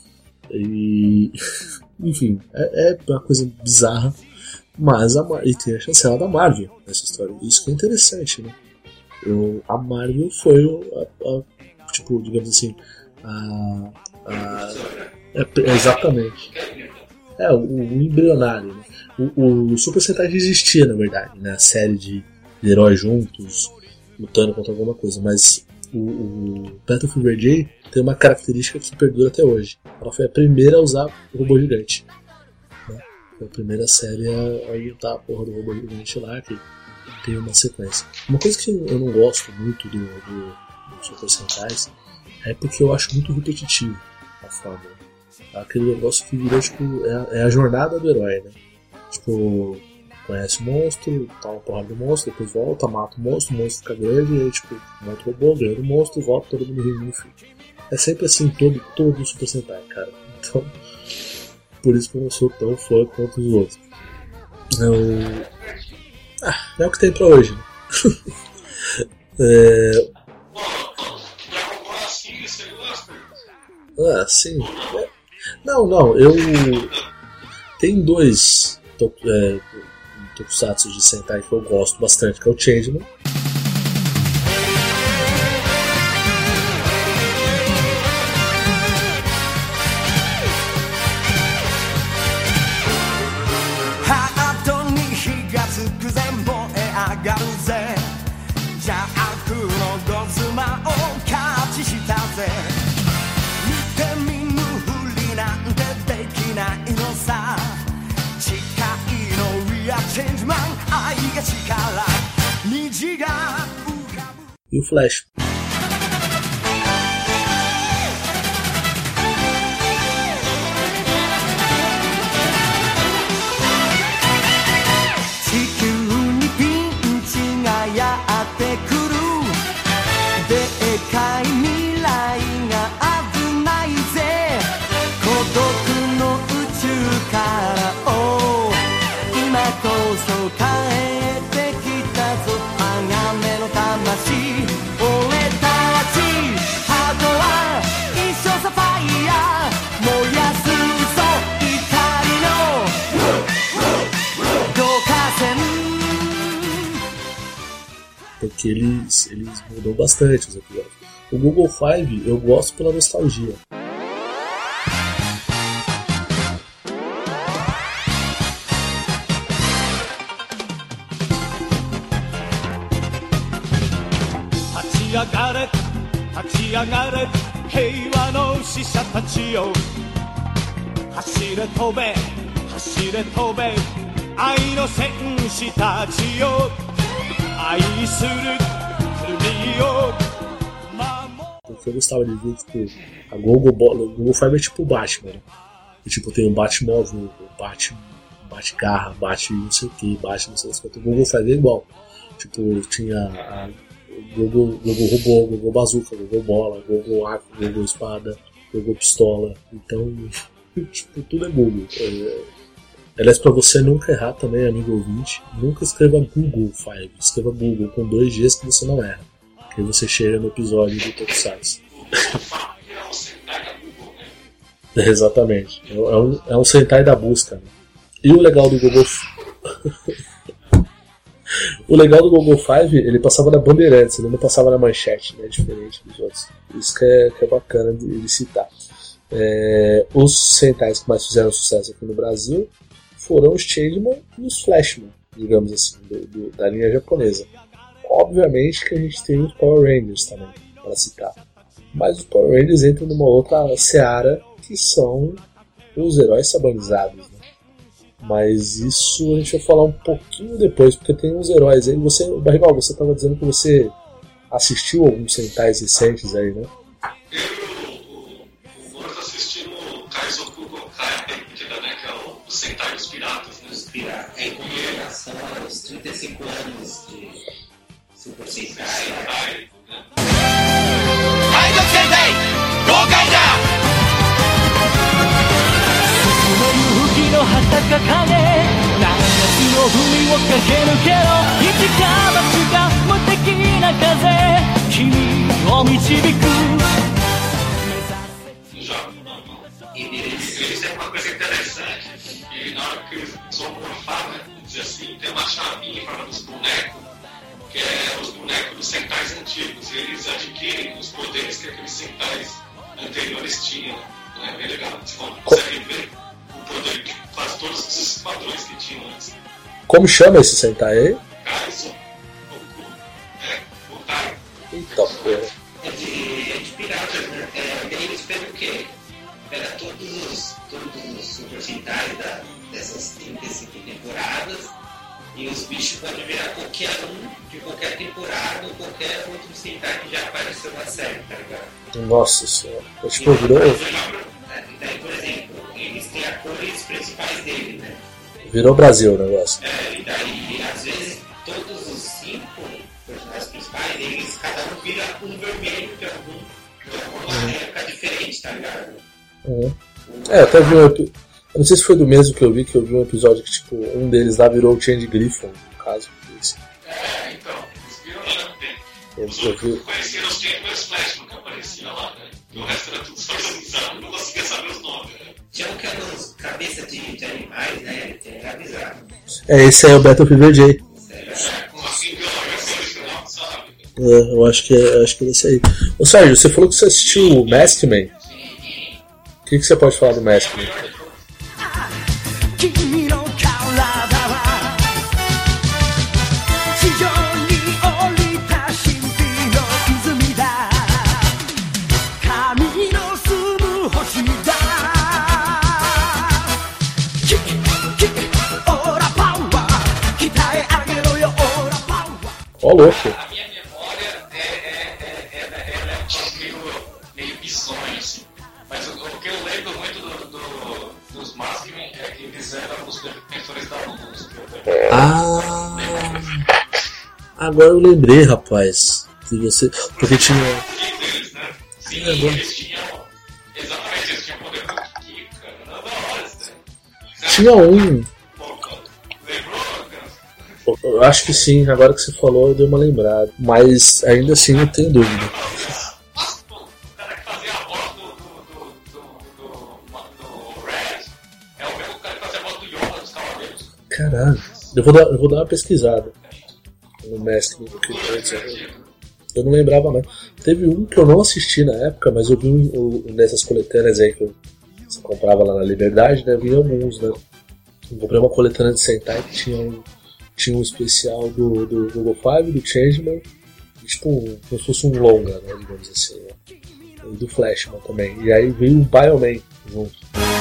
E... Enfim, é, é uma coisa bizarra. Mas a Mar- e tem a chancela da Marvel nessa história. Isso que é interessante, né? Eu, a Marvel foi a, a, tipo, digamos assim, a... a é, exatamente. É, o, o embrionário, né? O, o Super Sentai já existia, na verdade, né? A série de, de heróis juntos, lutando contra alguma coisa, mas o, o Battle Fever J tem uma característica que perdura até hoje. Ela foi a primeira a usar o robô gigante. Né? Foi a primeira série a, a lutar a porra do robô gigante lá, que tem uma sequência. Uma coisa que eu não gosto muito do, do, do Super Sentais é porque eu acho muito repetitivo a fórmula. Aquele negócio que virou, tipo, é a, é a jornada do herói, né? Tipo, conhece o monstro, tá uma porrada do monstro, depois volta, mata o monstro, o monstro fica grande, e aí, tipo, mata o robô, ganha o monstro, volta, todo mundo rindo no fim. É sempre assim, todo, todo Super Sentai, cara. Então, por isso que eu não sou tão fã quanto os outros. Eu... Ah, é o que tem pra hoje, né? é... Ah, sim. Não, não, eu... Tem dois to... é, tokusatsu de Sentai que eu gosto bastante, que é o Changeman. E o Flash. Porque eles, eles mudam bastante os episódios. O Google Five eu gosto pela nostalgia. Porque eu gostava de ver, tipo, a Google, Google Five é tipo o Batman, né? E, tipo, tem o Batmóvel, o Bat, Batgarra, Bat não sei o que, Bat não sei o que. O Google Five é igual. Tipo, tinha a Google, Google Robô, Google Bazooka, Google Bola, Google Arco, Google Espada, Google Pistola. Então, tipo, tudo é Google. É... Aliás, pra você nunca errar também, amigo ouvinte, nunca escreva Google Five, escreva Google com dois Gs que você não erra. Que aí você chega no episódio do Tokusatsu. É, exatamente. É um, é um Sentai da busca. Né? E o legal do Google O legal do Google Five, ele passava na Bandeirantes, ele não passava na Manchete, né? Diferente dos outros. Isso que é, que é bacana de, de citar. É, os Sentais que mais fizeram sucesso aqui no Brasil foram os Changeman e os Flashman, digamos assim, do, do, da linha japonesa. Obviamente que a gente tem os Power Rangers também, para citar. Mas os Power Rangers entram numa outra seara, que são os heróis sabanizados, né? Mas isso a gente vai falar um pouquinho depois, porque tem uns heróis aí. Você, Barrigal, você estava dizendo que você assistiu alguns Sentais recentes aí, né?
Sentai dos Piratas, né?
Os Piratas. É em comemoração aos trinta e cinco anos de Super Sentai.
Raido Sentai! Gokai da!
雪の旗かかね夏の海を駆け抜けろ一か八が無敵な風君を導く
Eles têm uma coisa interessante, e na hora que eles zoomorfavam, vamos dizer assim, tem uma chavinha em forma dos bonecos, que é os bonecos dos Sentais antigos, e eles adquirem os poderes que aqueles Sentais anteriores tinham. Não é bem legal? Você consegue ver o poder que faz todos esses padrões que tinham antes.
Como chama esse Sentai aí?
Kaizo, Goku, é, Gotai.
Eita porra.
É de, é de piratas, né? É, eles pegam o quê? Pega todos os, todos os Super Sentai da, dessas trinta e cinco temporadas e os bichos podem virar qualquer um de qualquer temporada ou qualquer outro Sentai que já apareceu na série, tá ligado?
Nossa senhora. Eu tipo, virou...
Daí, por exemplo, eles têm as cores principais dele, né?
Virou Brasil o negócio.
É, e daí, às vezes, todos os cinco personagens principais, eles, cada um vira um vermelho de algum, de alguma época diferente, tá ligado?
Uhum. É, até vi um episódio. Eu não sei se foi do mesmo que eu vi, que eu vi um episódio que tipo, um deles lá virou o Change Griffon, no caso. Isso.
É, então, eles viram lá no tempo.
Eu,
Os
eu
outros
vi...
conheciam os Changeman's Flash, que aparecia lá, né? E o resto era tudo só organizado, não conseguia saber os nomes, né?
Tinha um que era uns cabeça de, de animais, né? Era bizarro.
É, esse aí é o Battle Fever J.
Como assim, pela versão original, sabe?
É, eu acho que é, acho que é esse aí. Ô Sérgio, você falou que você assistiu o Maskman? O que, que você pode falar do Maskman? Ó, louco.
A minha memória é, é, é, é, é, é meio, meio bizonho, assim. Mas o, o que eu lembro muito do, do, dos Maskman é que eles eram os defensores da luz.
Ah, agora eu lembrei, rapaz. Que você, porque tinha.
Deles, né? Sim,
é,
eles tinham. Exatamente, eles tinham poder muito Kiko, cara. Não, da hora, né?
Tinha um. Eu acho que sim, agora que você falou eu dei uma lembrada. Mas ainda assim não tenho dúvida.
O cara que fazia a voz do, do, do, do, do Red é o mesmo cara que fazia a voz do Yoda dos Cavaleiros.
Caralho, eu vou dar, eu vou dar uma pesquisada no Mestre do que eu, eu não lembrava mais. Teve um que eu não assisti na época, mas eu vi um, um dessas coletâneas aí que eu, você comprava lá na Liberdade, né? Vi alguns, né? Eu comprei uma coletânea de Sentai que tinha um. Tinha um especial do, do Google Five, do Changeman, tipo, como se fosse um longa, né, digamos assim, né? E do Flashman também. E aí veio o Bioman junto.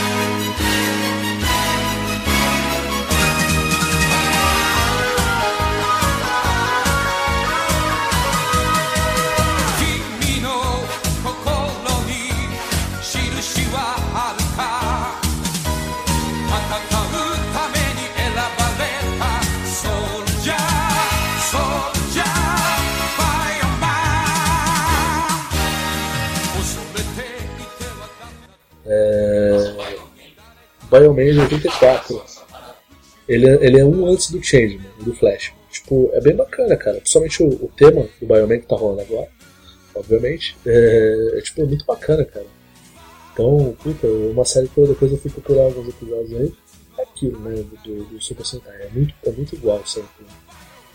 Bioman é de oitenta e quatro. Ele é, ele é um antes do Changeman, do Flash. Tipo, é bem bacana, cara. Principalmente o, o tema do Bioman que tá rolando agora, obviamente. É, é tipo, é muito bacana, cara. Então, puta, uma série que eu, depois eu fui procurar alguns episódios aí. É aquilo, né? Do, do Super Sentai. É muito, é muito igual sempre.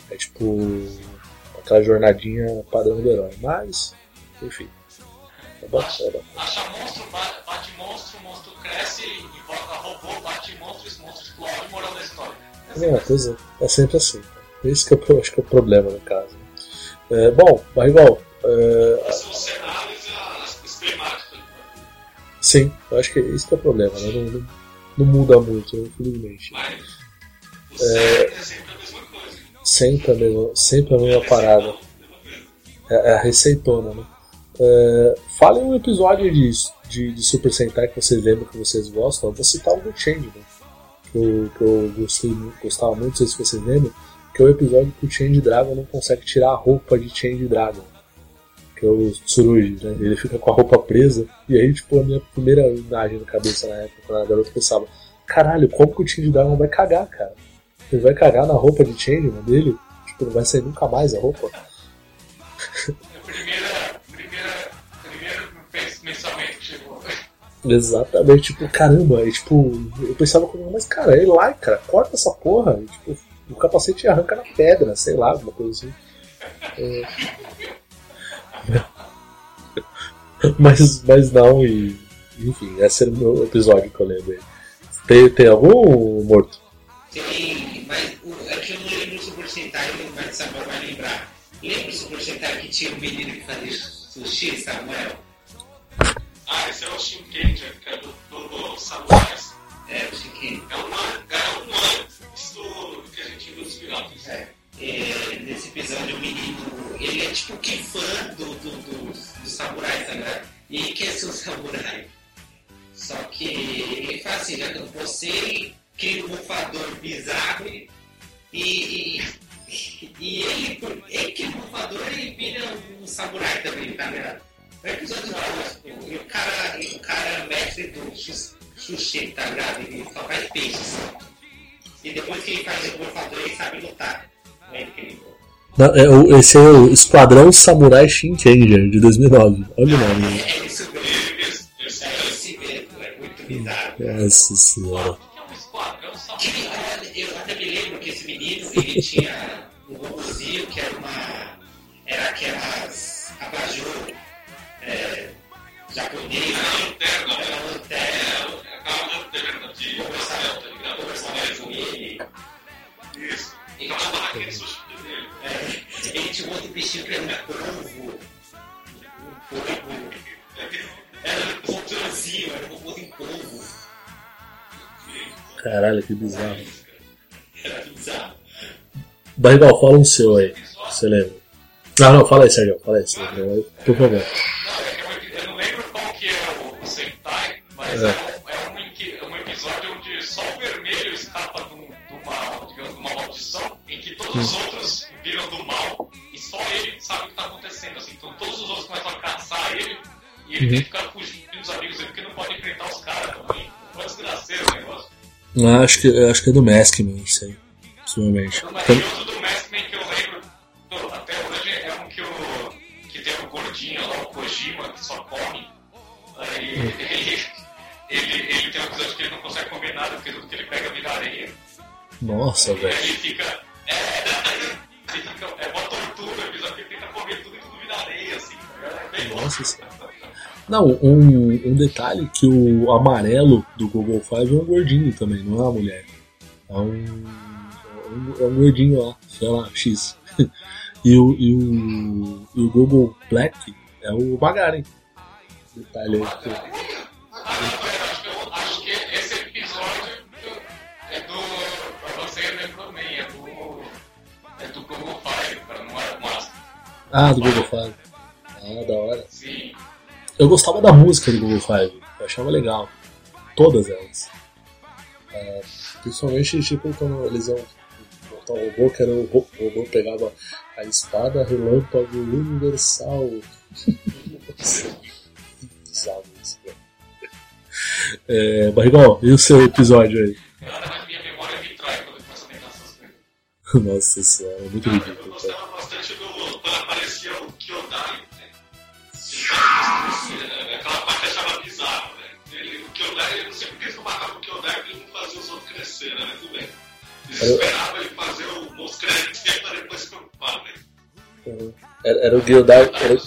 É tipo aquela jornadinha padrão do herói. Mas, enfim. É bacana.
Acha monstro, bate monstro, o monstro cresce, invoca robô, bate monstro, esse monstro explode, moral da história.
É, é, pois é, é sempre assim. Esse que eu acho que é o problema no caso. É, bom, mas igual. É,
são os cenários e as climáticas.
Sim, eu acho que esse que é o problema, né? Não, não, não muda muito, infelizmente.
Mas o é, é sempre a mesma coisa.
Sempre a mesma, sempre a mesma parada. É, é a receitona, né? É, falem um episódio de, de, de Super Sentai que vocês lembram, que vocês gostam. Eu vou citar o do Change, né? que, eu, que eu gostei, gostava muito, não sei se vocês lembram, que é o episódio que o Change Dragon não consegue tirar a roupa de Change Dragon, que é o Tsurugi, né? Ele fica com a roupa presa, e aí, tipo, a minha primeira imagem na cabeça na época, quando a garota pensava, caralho, como que o Change Dragon vai cagar, cara? Ele vai cagar na roupa de Change, né, dele? Tipo, não vai sair nunca mais a roupa.
Primeira, primeira, primeiro pensamento que chegou.
Exatamente, tipo, caramba, e, tipo, eu pensava comigo, mas cara, é lá, cara, corta essa porra, e, tipo, o capacete arranca na pedra, sei lá, alguma coisa assim. É... mas, mas não, e enfim, esse era o meu episódio que eu lembro aí. Tem, tem algum, Morto?
Tem, mas é que eu não lembro o Super Sentai, mas o Samuel vai lembrar. Lembra o Super Sentai que tinha um menino que fazia sushi, Samuel?
Ah, esse é o Shinkenger, que é do, do, do Samurais.
É, o Shinkenger.
É uma, é uma isso que a gente viu nos filmes.
É. É, nesse episódio o menino, ele é tipo que fã do, do, do, do samurai, tá ligado? E ele quer ser um samurai. Só que ele faz assim, já que eu não posso ser, cria um bufador bizarro e, e, e ele, ele cria um bufador e vira um samurai também, tá ligado? É um episódio bom, e o cara, o cara é mestre do sushi, tá ligado? Ele só faz peixes. E depois que ele faz o bufador, ele sabe lutar. É incrível.
Não, é o, esse é o Esquadrão Samurai Shinkenger de dois mil e nove. Olha o nome.
É isso mesmo. É esse mesmo. É muito bizarro.
Nossa senhora.
Eu até me lembro que esse menino, ele tinha um robôzinho que era uma... Era aquelas... abajur é, japonês. Era uma lanterna. Era uma lanterna.
Aquela lanterna de...
Conversava, conversava com ele.
Isso. Ele tinha uma raquete sushi dele.
É, ele tinha um outro bichinho que era um polvo. Um polvo. Era um polvozinho, era um robô em polvo.
Caralho, que bizarro.
Era bizarro.
Barrigal, fala um seu aí. Você lembra? Não, não, fala aí, Sérgio. Fala aí, Sérgio. Por favor.
Eu não lembro qual que é o Sentai, mas é, é, um, é um episódio onde só o vermelho escapa de, um, de, uma, digamos, de uma maldição em que todos os outros viram do mal e só ele sabe o que está acontecendo. Assim, então todos os outros começam a caçar ele e ele uhum. tem que ficar fugindo dos amigos dele porque não pode enfrentar os caras também. Não é desgraceiro o negócio.
Não, acho que, acho que é do Maskman, isso aí. Possivelmente.
O maravilhoso do Maskman que eu lembro até hoje é um que, o, que tem o gordinho lá, o Kojima, que só come. Aí uhum. ele, ele, ele tem um episódio que ele não consegue comer nada porque tudo que ele pega vira areia.
Nossa, velho.
Ele fica. É, ele fica. É uma tortura o episódio que ele tenta comer tudo e tudo vira areia, assim. É bem
Nossa senhora. Não, um, um detalhe que o amarelo do Google Five é um gordinho também, não é uma mulher. É um, é um, é um gordinho lá, sei lá, X. E o, e o, e o Google Black é o Magaren. Detalhe aí. Que...
Eu acho que esse episódio é do. Pra você lembrou bem, é do. É do Google Five, para não é Master.
Ah, do Google Five. Ah, da hora.
Sim.
Eu gostava da música do Google Five, eu achava legal. Todas elas. É, principalmente, tipo, quando eles iam botar o robô, que era o robô, o robô pegava a espada relâmpago universal. Nossa, bizarro isso, velho. É, Barrigol, e o seu episódio aí?
Cara, minha memória me trai quando eu começo a lembrar essas coisas.
Nossa senhora, é muito ridículo.
Eu gostava bastante do quando aparecia o Kyodai. Aquela parte achava bizarro, né? Ele, o Kyodai, eu não sei porque eles não matavam o Kyodai porque ele não fazia os outros crescer, né? Tudo bem. Eles esperavam ele fazer o monstro crescer para depois
era o Gildai. Era...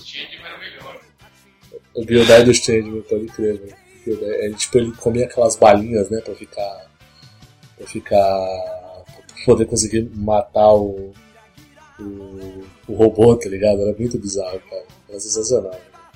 O Gildai dos Changeman, pode crer, velho. Ele, tipo, ele comia aquelas balinhas, né, pra ficar. pra ficar. pra poder conseguir matar o. o, o robô, tá ligado? Era muito bizarro, cara. Era sensacional.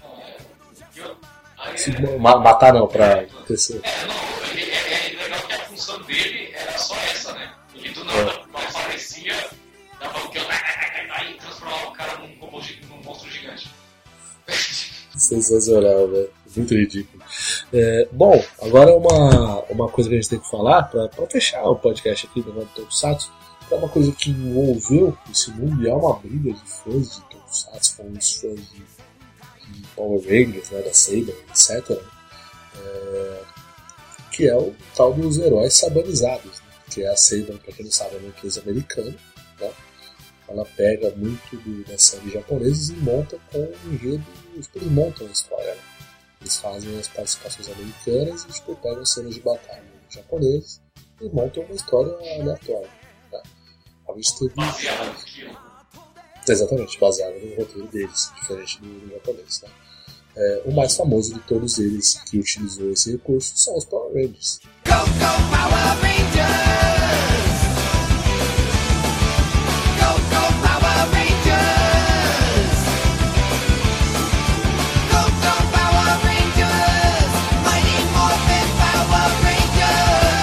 Se, ma- matar não, pra crescer.
É, não, ele, é, é legal que a função dele era só essa, né? Ele do nada é. aparecia, dava o que eu. Aí transformava o cara num robô, num monstro gigante.
Sensacional, velho. Muito ridículo. É, bom, agora uma, uma coisa que a gente tem que falar pra, pra fechar o podcast aqui do Tokusatsu. É uma coisa que envolveu esse mundo e é uma briga de fãs de Tokusatsu com os fãs de, de Power Rangers, né, da Saban, etcétera. É, que é o tal dos heróis sabanizados, né, que é a Saban, pra quem não sabe, é uma empresa americana, né. Ela pega muito do, das séries japonesas e monta com um enredo, eles montam a história, né? Eles fazem as participações americanas e tipo, pegam cenas de batalha japonesas e montam uma história aleatória. Né? A gente teve. Exatamente, baseado no roteiro deles, diferente do, do japonês. Né? É, o mais famoso de todos eles que utilizou esse recurso são os Power Rangers.
Go, go, Power Rangers! Go, go, Power Rangers! Go, go, Power Rangers! Mighty Morphin Power Rangers!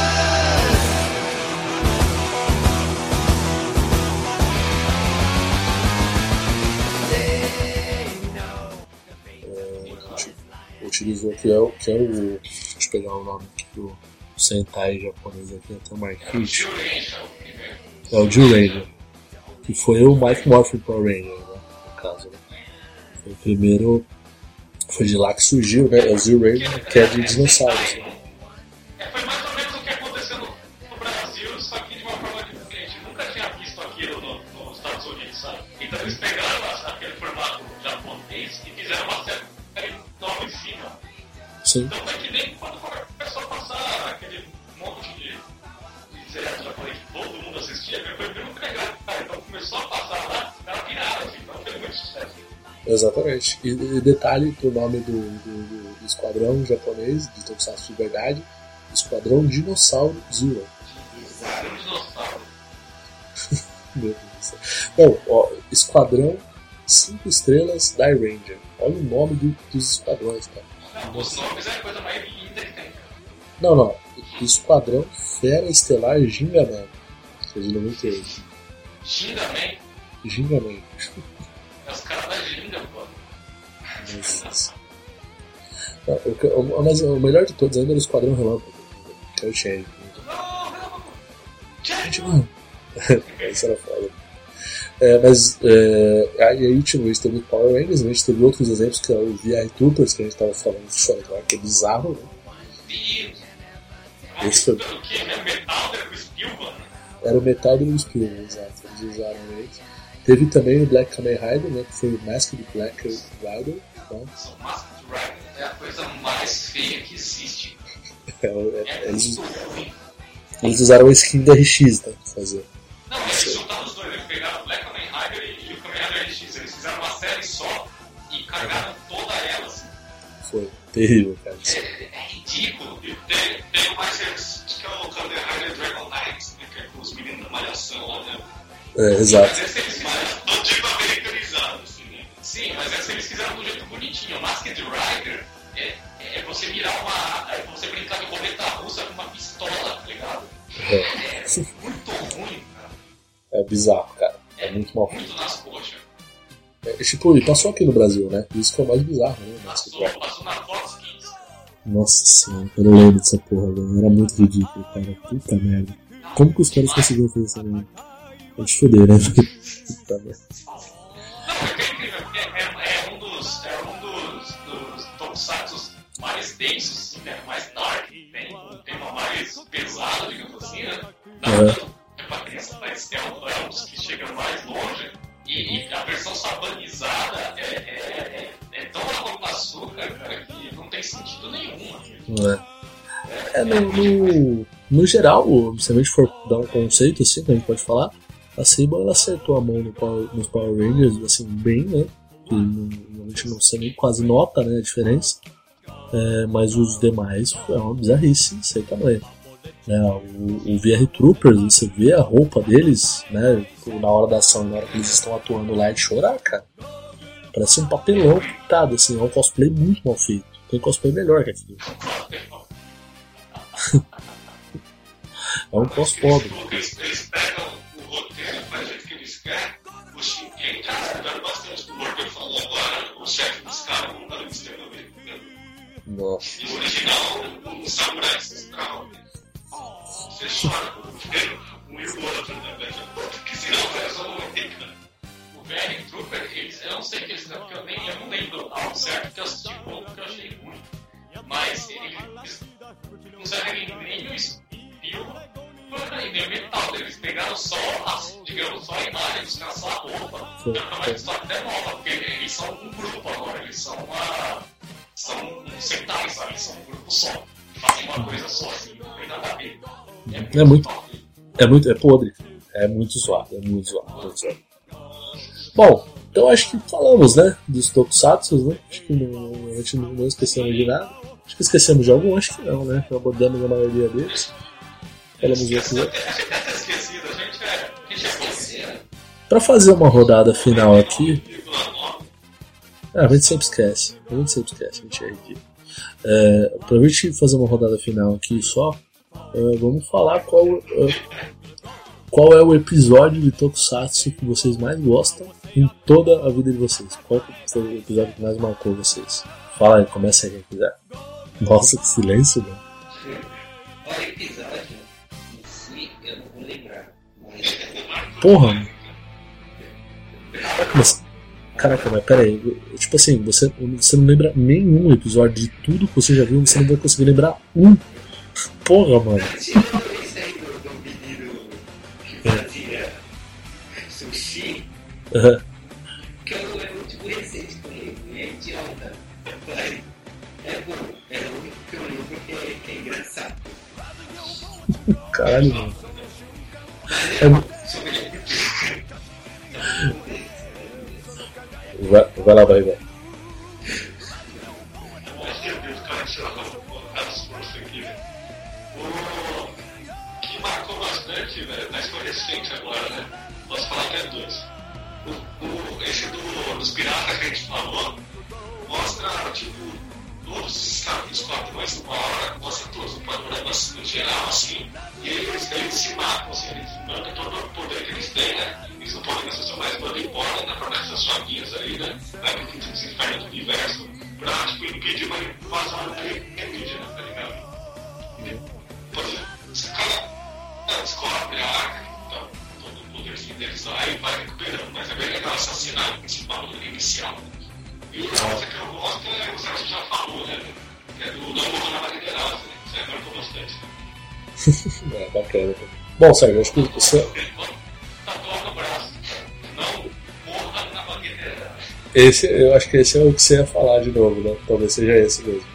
É, utilizou que é, o, que é o. Deixa eu pegar o nome aqui do Sentai japonês aqui, até o Marquinhos. É o Jill Ranger, que foi o Mike Morphin Power Ranger, né, no caso. Né? Foi o primeiro. Foi de lá que surgiu, né? É o Jill Ranger, que é de dinossauros. Né?
É, foi mais ou menos o que aconteceu no, no Brasil, só que de uma forma diferente. Eu nunca tinha visto aquilo no, nos Estados Unidos, sabe? Então eles pegaram aquele formato japonês e fizeram uma série nova em cima.
Sim.
Então é que nem quando começou a passar aquele monte de, de seriado japonês que todo mundo assistia, foi muito legal. Então começou a passar lá, era pirata, assim, então foi muito sucesso.
Exatamente. E, e detalhe pro nome do, do, do, do esquadrão japonês, de Tokusatsu de verdade, Esquadrão Dinossauro Zero.
Esquadrão Dinossauro.
Meu Deus do céu. Não, ó, Esquadrão cinco estrelas Die Ranger. Olha o nome do, dos esquadrões, cara.
Não, os nomes é a coisa mais linda que tem.
Não, não. Esquadrão Fera Estelar Gingaman. De noventa e oito.
Gingaman?
Gingaman.
É os caras da Ginga, pô.
Nossa. Não, o, mas o melhor de todos ainda era o Esquadrão Relâmpago. Que é o Change. Change, mano. Isso era foda. É, mas é, aí a gente teve Power Rangers, a gente teve outros exemplos que é o V R Troopers, que a gente tava falando de fora agora, que é bizarro, né? Esse foi... Era o Metal do Spielberg, exato. Eles usaram eles. Teve também o Black Kamen Rider, né? Que foi o Masked Black Rider. Né?
O Masked Rider é a coisa mais feia que existe.
é, é, eles, eles usaram o skin da R X, tá? Pra fazer.
Não, eles juntaram os dois, eles pegaram o Black Kamen Rider e o Kamen Rider R X. Eles fizeram uma série só e carregaram toda ela, assim.
Foi terrível, cara.
É, é ridículo. Tem, tem o mais recente que é o Kamen Rider Dragon Knight, né, que é com os meninos da Malhação lá, né?
É, exato.
Mas esse eles fizeram do tipo americanizado, assim, né? Sim, mas esse eles fizeram do jeito bonitinho. O Masked Rider é, é você mirar uma. É você brincar de roleta russa com uma pistola, tá ligado?
É,
é muito ruim, cara.
É bizarro, cara. É, é muito mal.
Muito nas coxas.
É, tipo, ele passou aqui no Brasil, né? Isso foi o mais bizarro, né?
Passou, passou na Fox Kids.
Nossa senhora, eu não lembro dessa porra, velho. Era muito ridículo, cara. Puta merda. Como que os caras conseguiram fazer essa merda? Pode se foder, né? Puta merda.
Não, é incrível, porque é, é um dos, é um dos, dos tokusatsu mais densos, assim, né? Mais dark, tem um tema mais pesado, digamos assim, né? Não, é. é pra criança, mas é um, é um dos que chega mais longe. E, e a versão sabanizada é, é, é, é tão água com açúcar, cara, que não tem sentido nenhum.
Não é. É, no, no, no geral, se a gente for dar um conceito assim, que a gente pode falar, A Sable ela acertou a mão no Power, nos Power Rangers assim, bem, né? Que a gente não sei nem quase nota, né, a diferença. É, mas os demais é uma bizarrice sem tamanho. É, o, o V R Troopers, você vê a roupa deles, né? Na hora da ação, na hora que eles estão atuando lá, é de chorar, cara. Parece um papelão pintado, assim, é um cosplay muito mal feito. Tem cosplay melhor que aquilo. É um cosplay.
Eles pegam o roteiro, faz o jeito que eles querem. O Shinken tá cuidando bastante do roteiro, falou agora, o chefe dos caras não tá no sistema americano.
Nossa.
E o original, os samurais dos carros. Você chora com o filho, um e o outro, né, velho? Porque senão é só uma técnica. O V R Trooper, eles, eu não sei que eles, porque eu, nem, eu não lembro ao certo que eu assisti um pouco, que eu achei ruim. Mas eles não usaram nem o espio, nem o metal. Eles pegaram só, as, digamos, só a imagem, os caras só a roupa. Então é uma história até nova, porque eles são um grupo agora, eles são uma. São um centais, sabe? Eles são um grupo só. Fazem uma coisa só, assim, não tem nada a ver. É muito,
é muito, é muito, é podre. É muito zoado, é muito zoado, muito zoado. Bom, então acho que falamos, né, dos Tokusatsu, né? Acho que não, a gente não, não esquecemos de nada. Acho que esquecemos de algum, acho que não, né? Abordamos a maioria deles. Falamos de outro. Pra fazer uma rodada final aqui. Ah, a gente sempre esquece. A gente sempre esquece, a gente é ridículo. É, pra gente fazer uma rodada final aqui só, é, vamos falar qual, é, qual é o episódio de Tokusatsu que vocês mais gostam em toda a vida de vocês. Qual foi o episódio que mais marcou vocês? Fala aí, começa aí quem quiser. Nossa, que silêncio, mano.
Olha o episódio em si, eu não vou lembrar. Mas...
Porra! Mas, caraca, mas pera aí. Tipo assim, você, você não lembra nenhum episódio de tudo que você já viu, você não vai conseguir lembrar um. Porra, mano.
Tirou isso aí do, do menino que fazia sushi.
Uhum.
Que eu é muito recente com ele, é idiota. Mas é bom, é o único que eu lembro que é, que é engraçado.
Caralho, mano. É... Vai, vai lá, vai, vai.
O que marcou bastante, velho, na história recente agora, né? Posso falar que é dois. O, o, esse do, dos piratas que a gente falou mostra, tipo, todos os caras dos quatro, mas uma hora mostra todos, um panorama assim, no geral, assim, e eles, eles se matam, assim, eles mandam todo o poder que eles têm, né? Eles não podem necessariamente mais mandar embora, né? Pra essas famílias aí, né? Vai vir tudo esse inferno do universo pra, tipo, impedir uma invasão alienígena, tá ligado? Por exemplo, esse cara descobre a arca, então, todo o poderzinho deles lá e vai recuperando, mas é bem legal assassinar o principal do inicial. E outra coisa que eu gosto é o que você já falou, né? Que é do não morrer na barreira, né? Isso aí marcou bastante.
É, bacana. Bom, Sérgio, acho que você... Esse, eu acho que esse é o que você ia falar de novo, né? Talvez seja esse mesmo.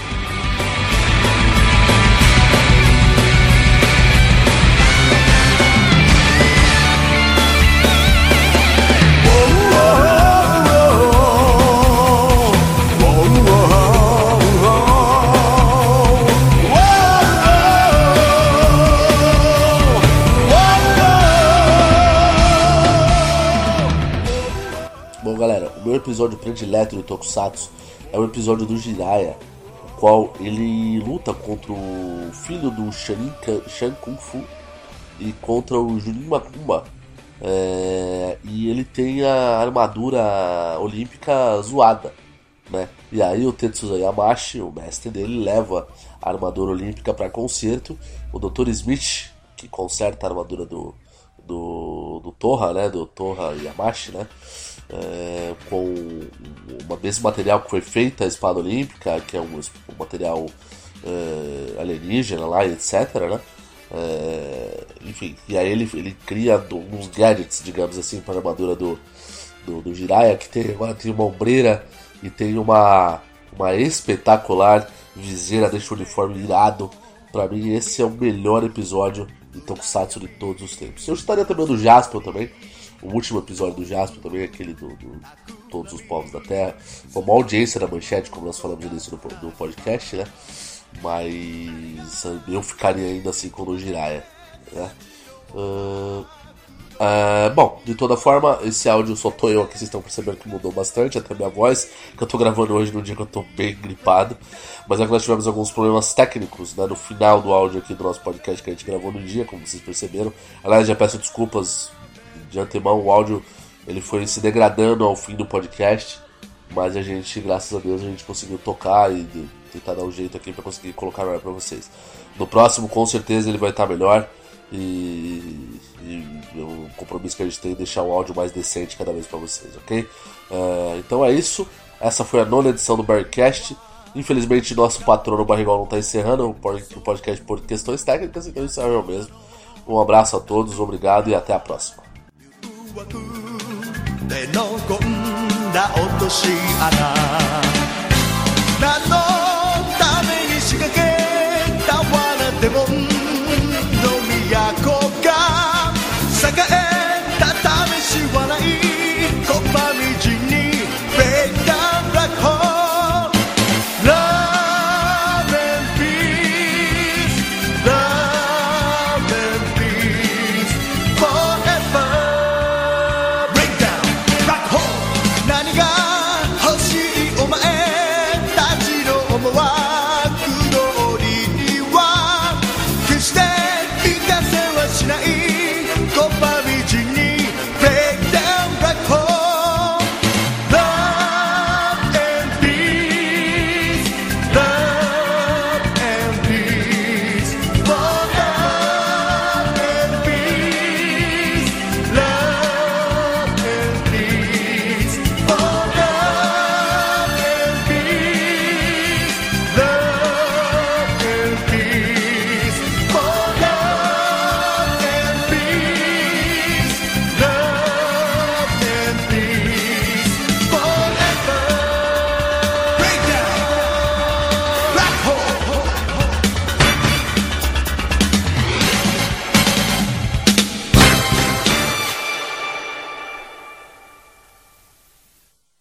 Bom, galera, o meu episódio predileto do Tokusatsu é o episódio do Jiraiya, o qual ele luta contra o filho do Sharingan, Shan Kung Fu e contra o Junin Makuma. É, e ele tem a armadura olímpica zoada, né? E aí o Tetsuya Yamashi, o mestre dele, leva a armadura olímpica para conserto. O doutor Smith, que conserta a armadura do, do, do Torra, né? Do Torra Yamashi, né? É, com o mesmo material que foi feita a espada olímpica, que é um, um material é, alienígena lá, etcétera, né? É, enfim, e aí ele, ele cria uns gadgets, digamos assim, para a armadura do, do, do Jiraiya, que tem uma, tem uma ombreira e tem uma, uma espetacular viseira, deixa o uniforme irado. Pra mim esse é o melhor episódio de Tokusatsu de todos os tempos. Eu estaria também do Jaspion também, o último episódio do Jaspion também, aquele do, do Todos os Povos da Terra. Foi uma audiência da Manchete, como nós falamos no início do, do podcast, né? Mas eu ficaria ainda assim com o Jiraiya, né? Uh, uh, bom, de toda forma, esse áudio só tô eu aqui, vocês estão percebendo que mudou bastante, até minha voz, que eu tô gravando hoje num dia que eu tô bem gripado. Mas é que nós tivemos alguns problemas técnicos, né, no final do áudio aqui do nosso podcast que a gente gravou no dia, como vocês perceberam. Aliás, já peço desculpas de antemão, o áudio ele foi se degradando ao fim do podcast, mas a gente, graças a Deus, a gente conseguiu tocar e tentar dar um jeito aqui para conseguir colocar melhor para vocês. No próximo, com certeza, ele vai estar melhor e, e o compromisso que a gente tem é deixar o áudio mais decente cada vez para vocês, ok? Uh, então é isso, essa foi a nona edição do Bearcast. Infelizmente, nosso patrono Barrigol não está encerrando o podcast por questões técnicas, então isso é eu mesmo. Um abraço a todos, obrigado e até a próxima. 手の込んだ落とし穴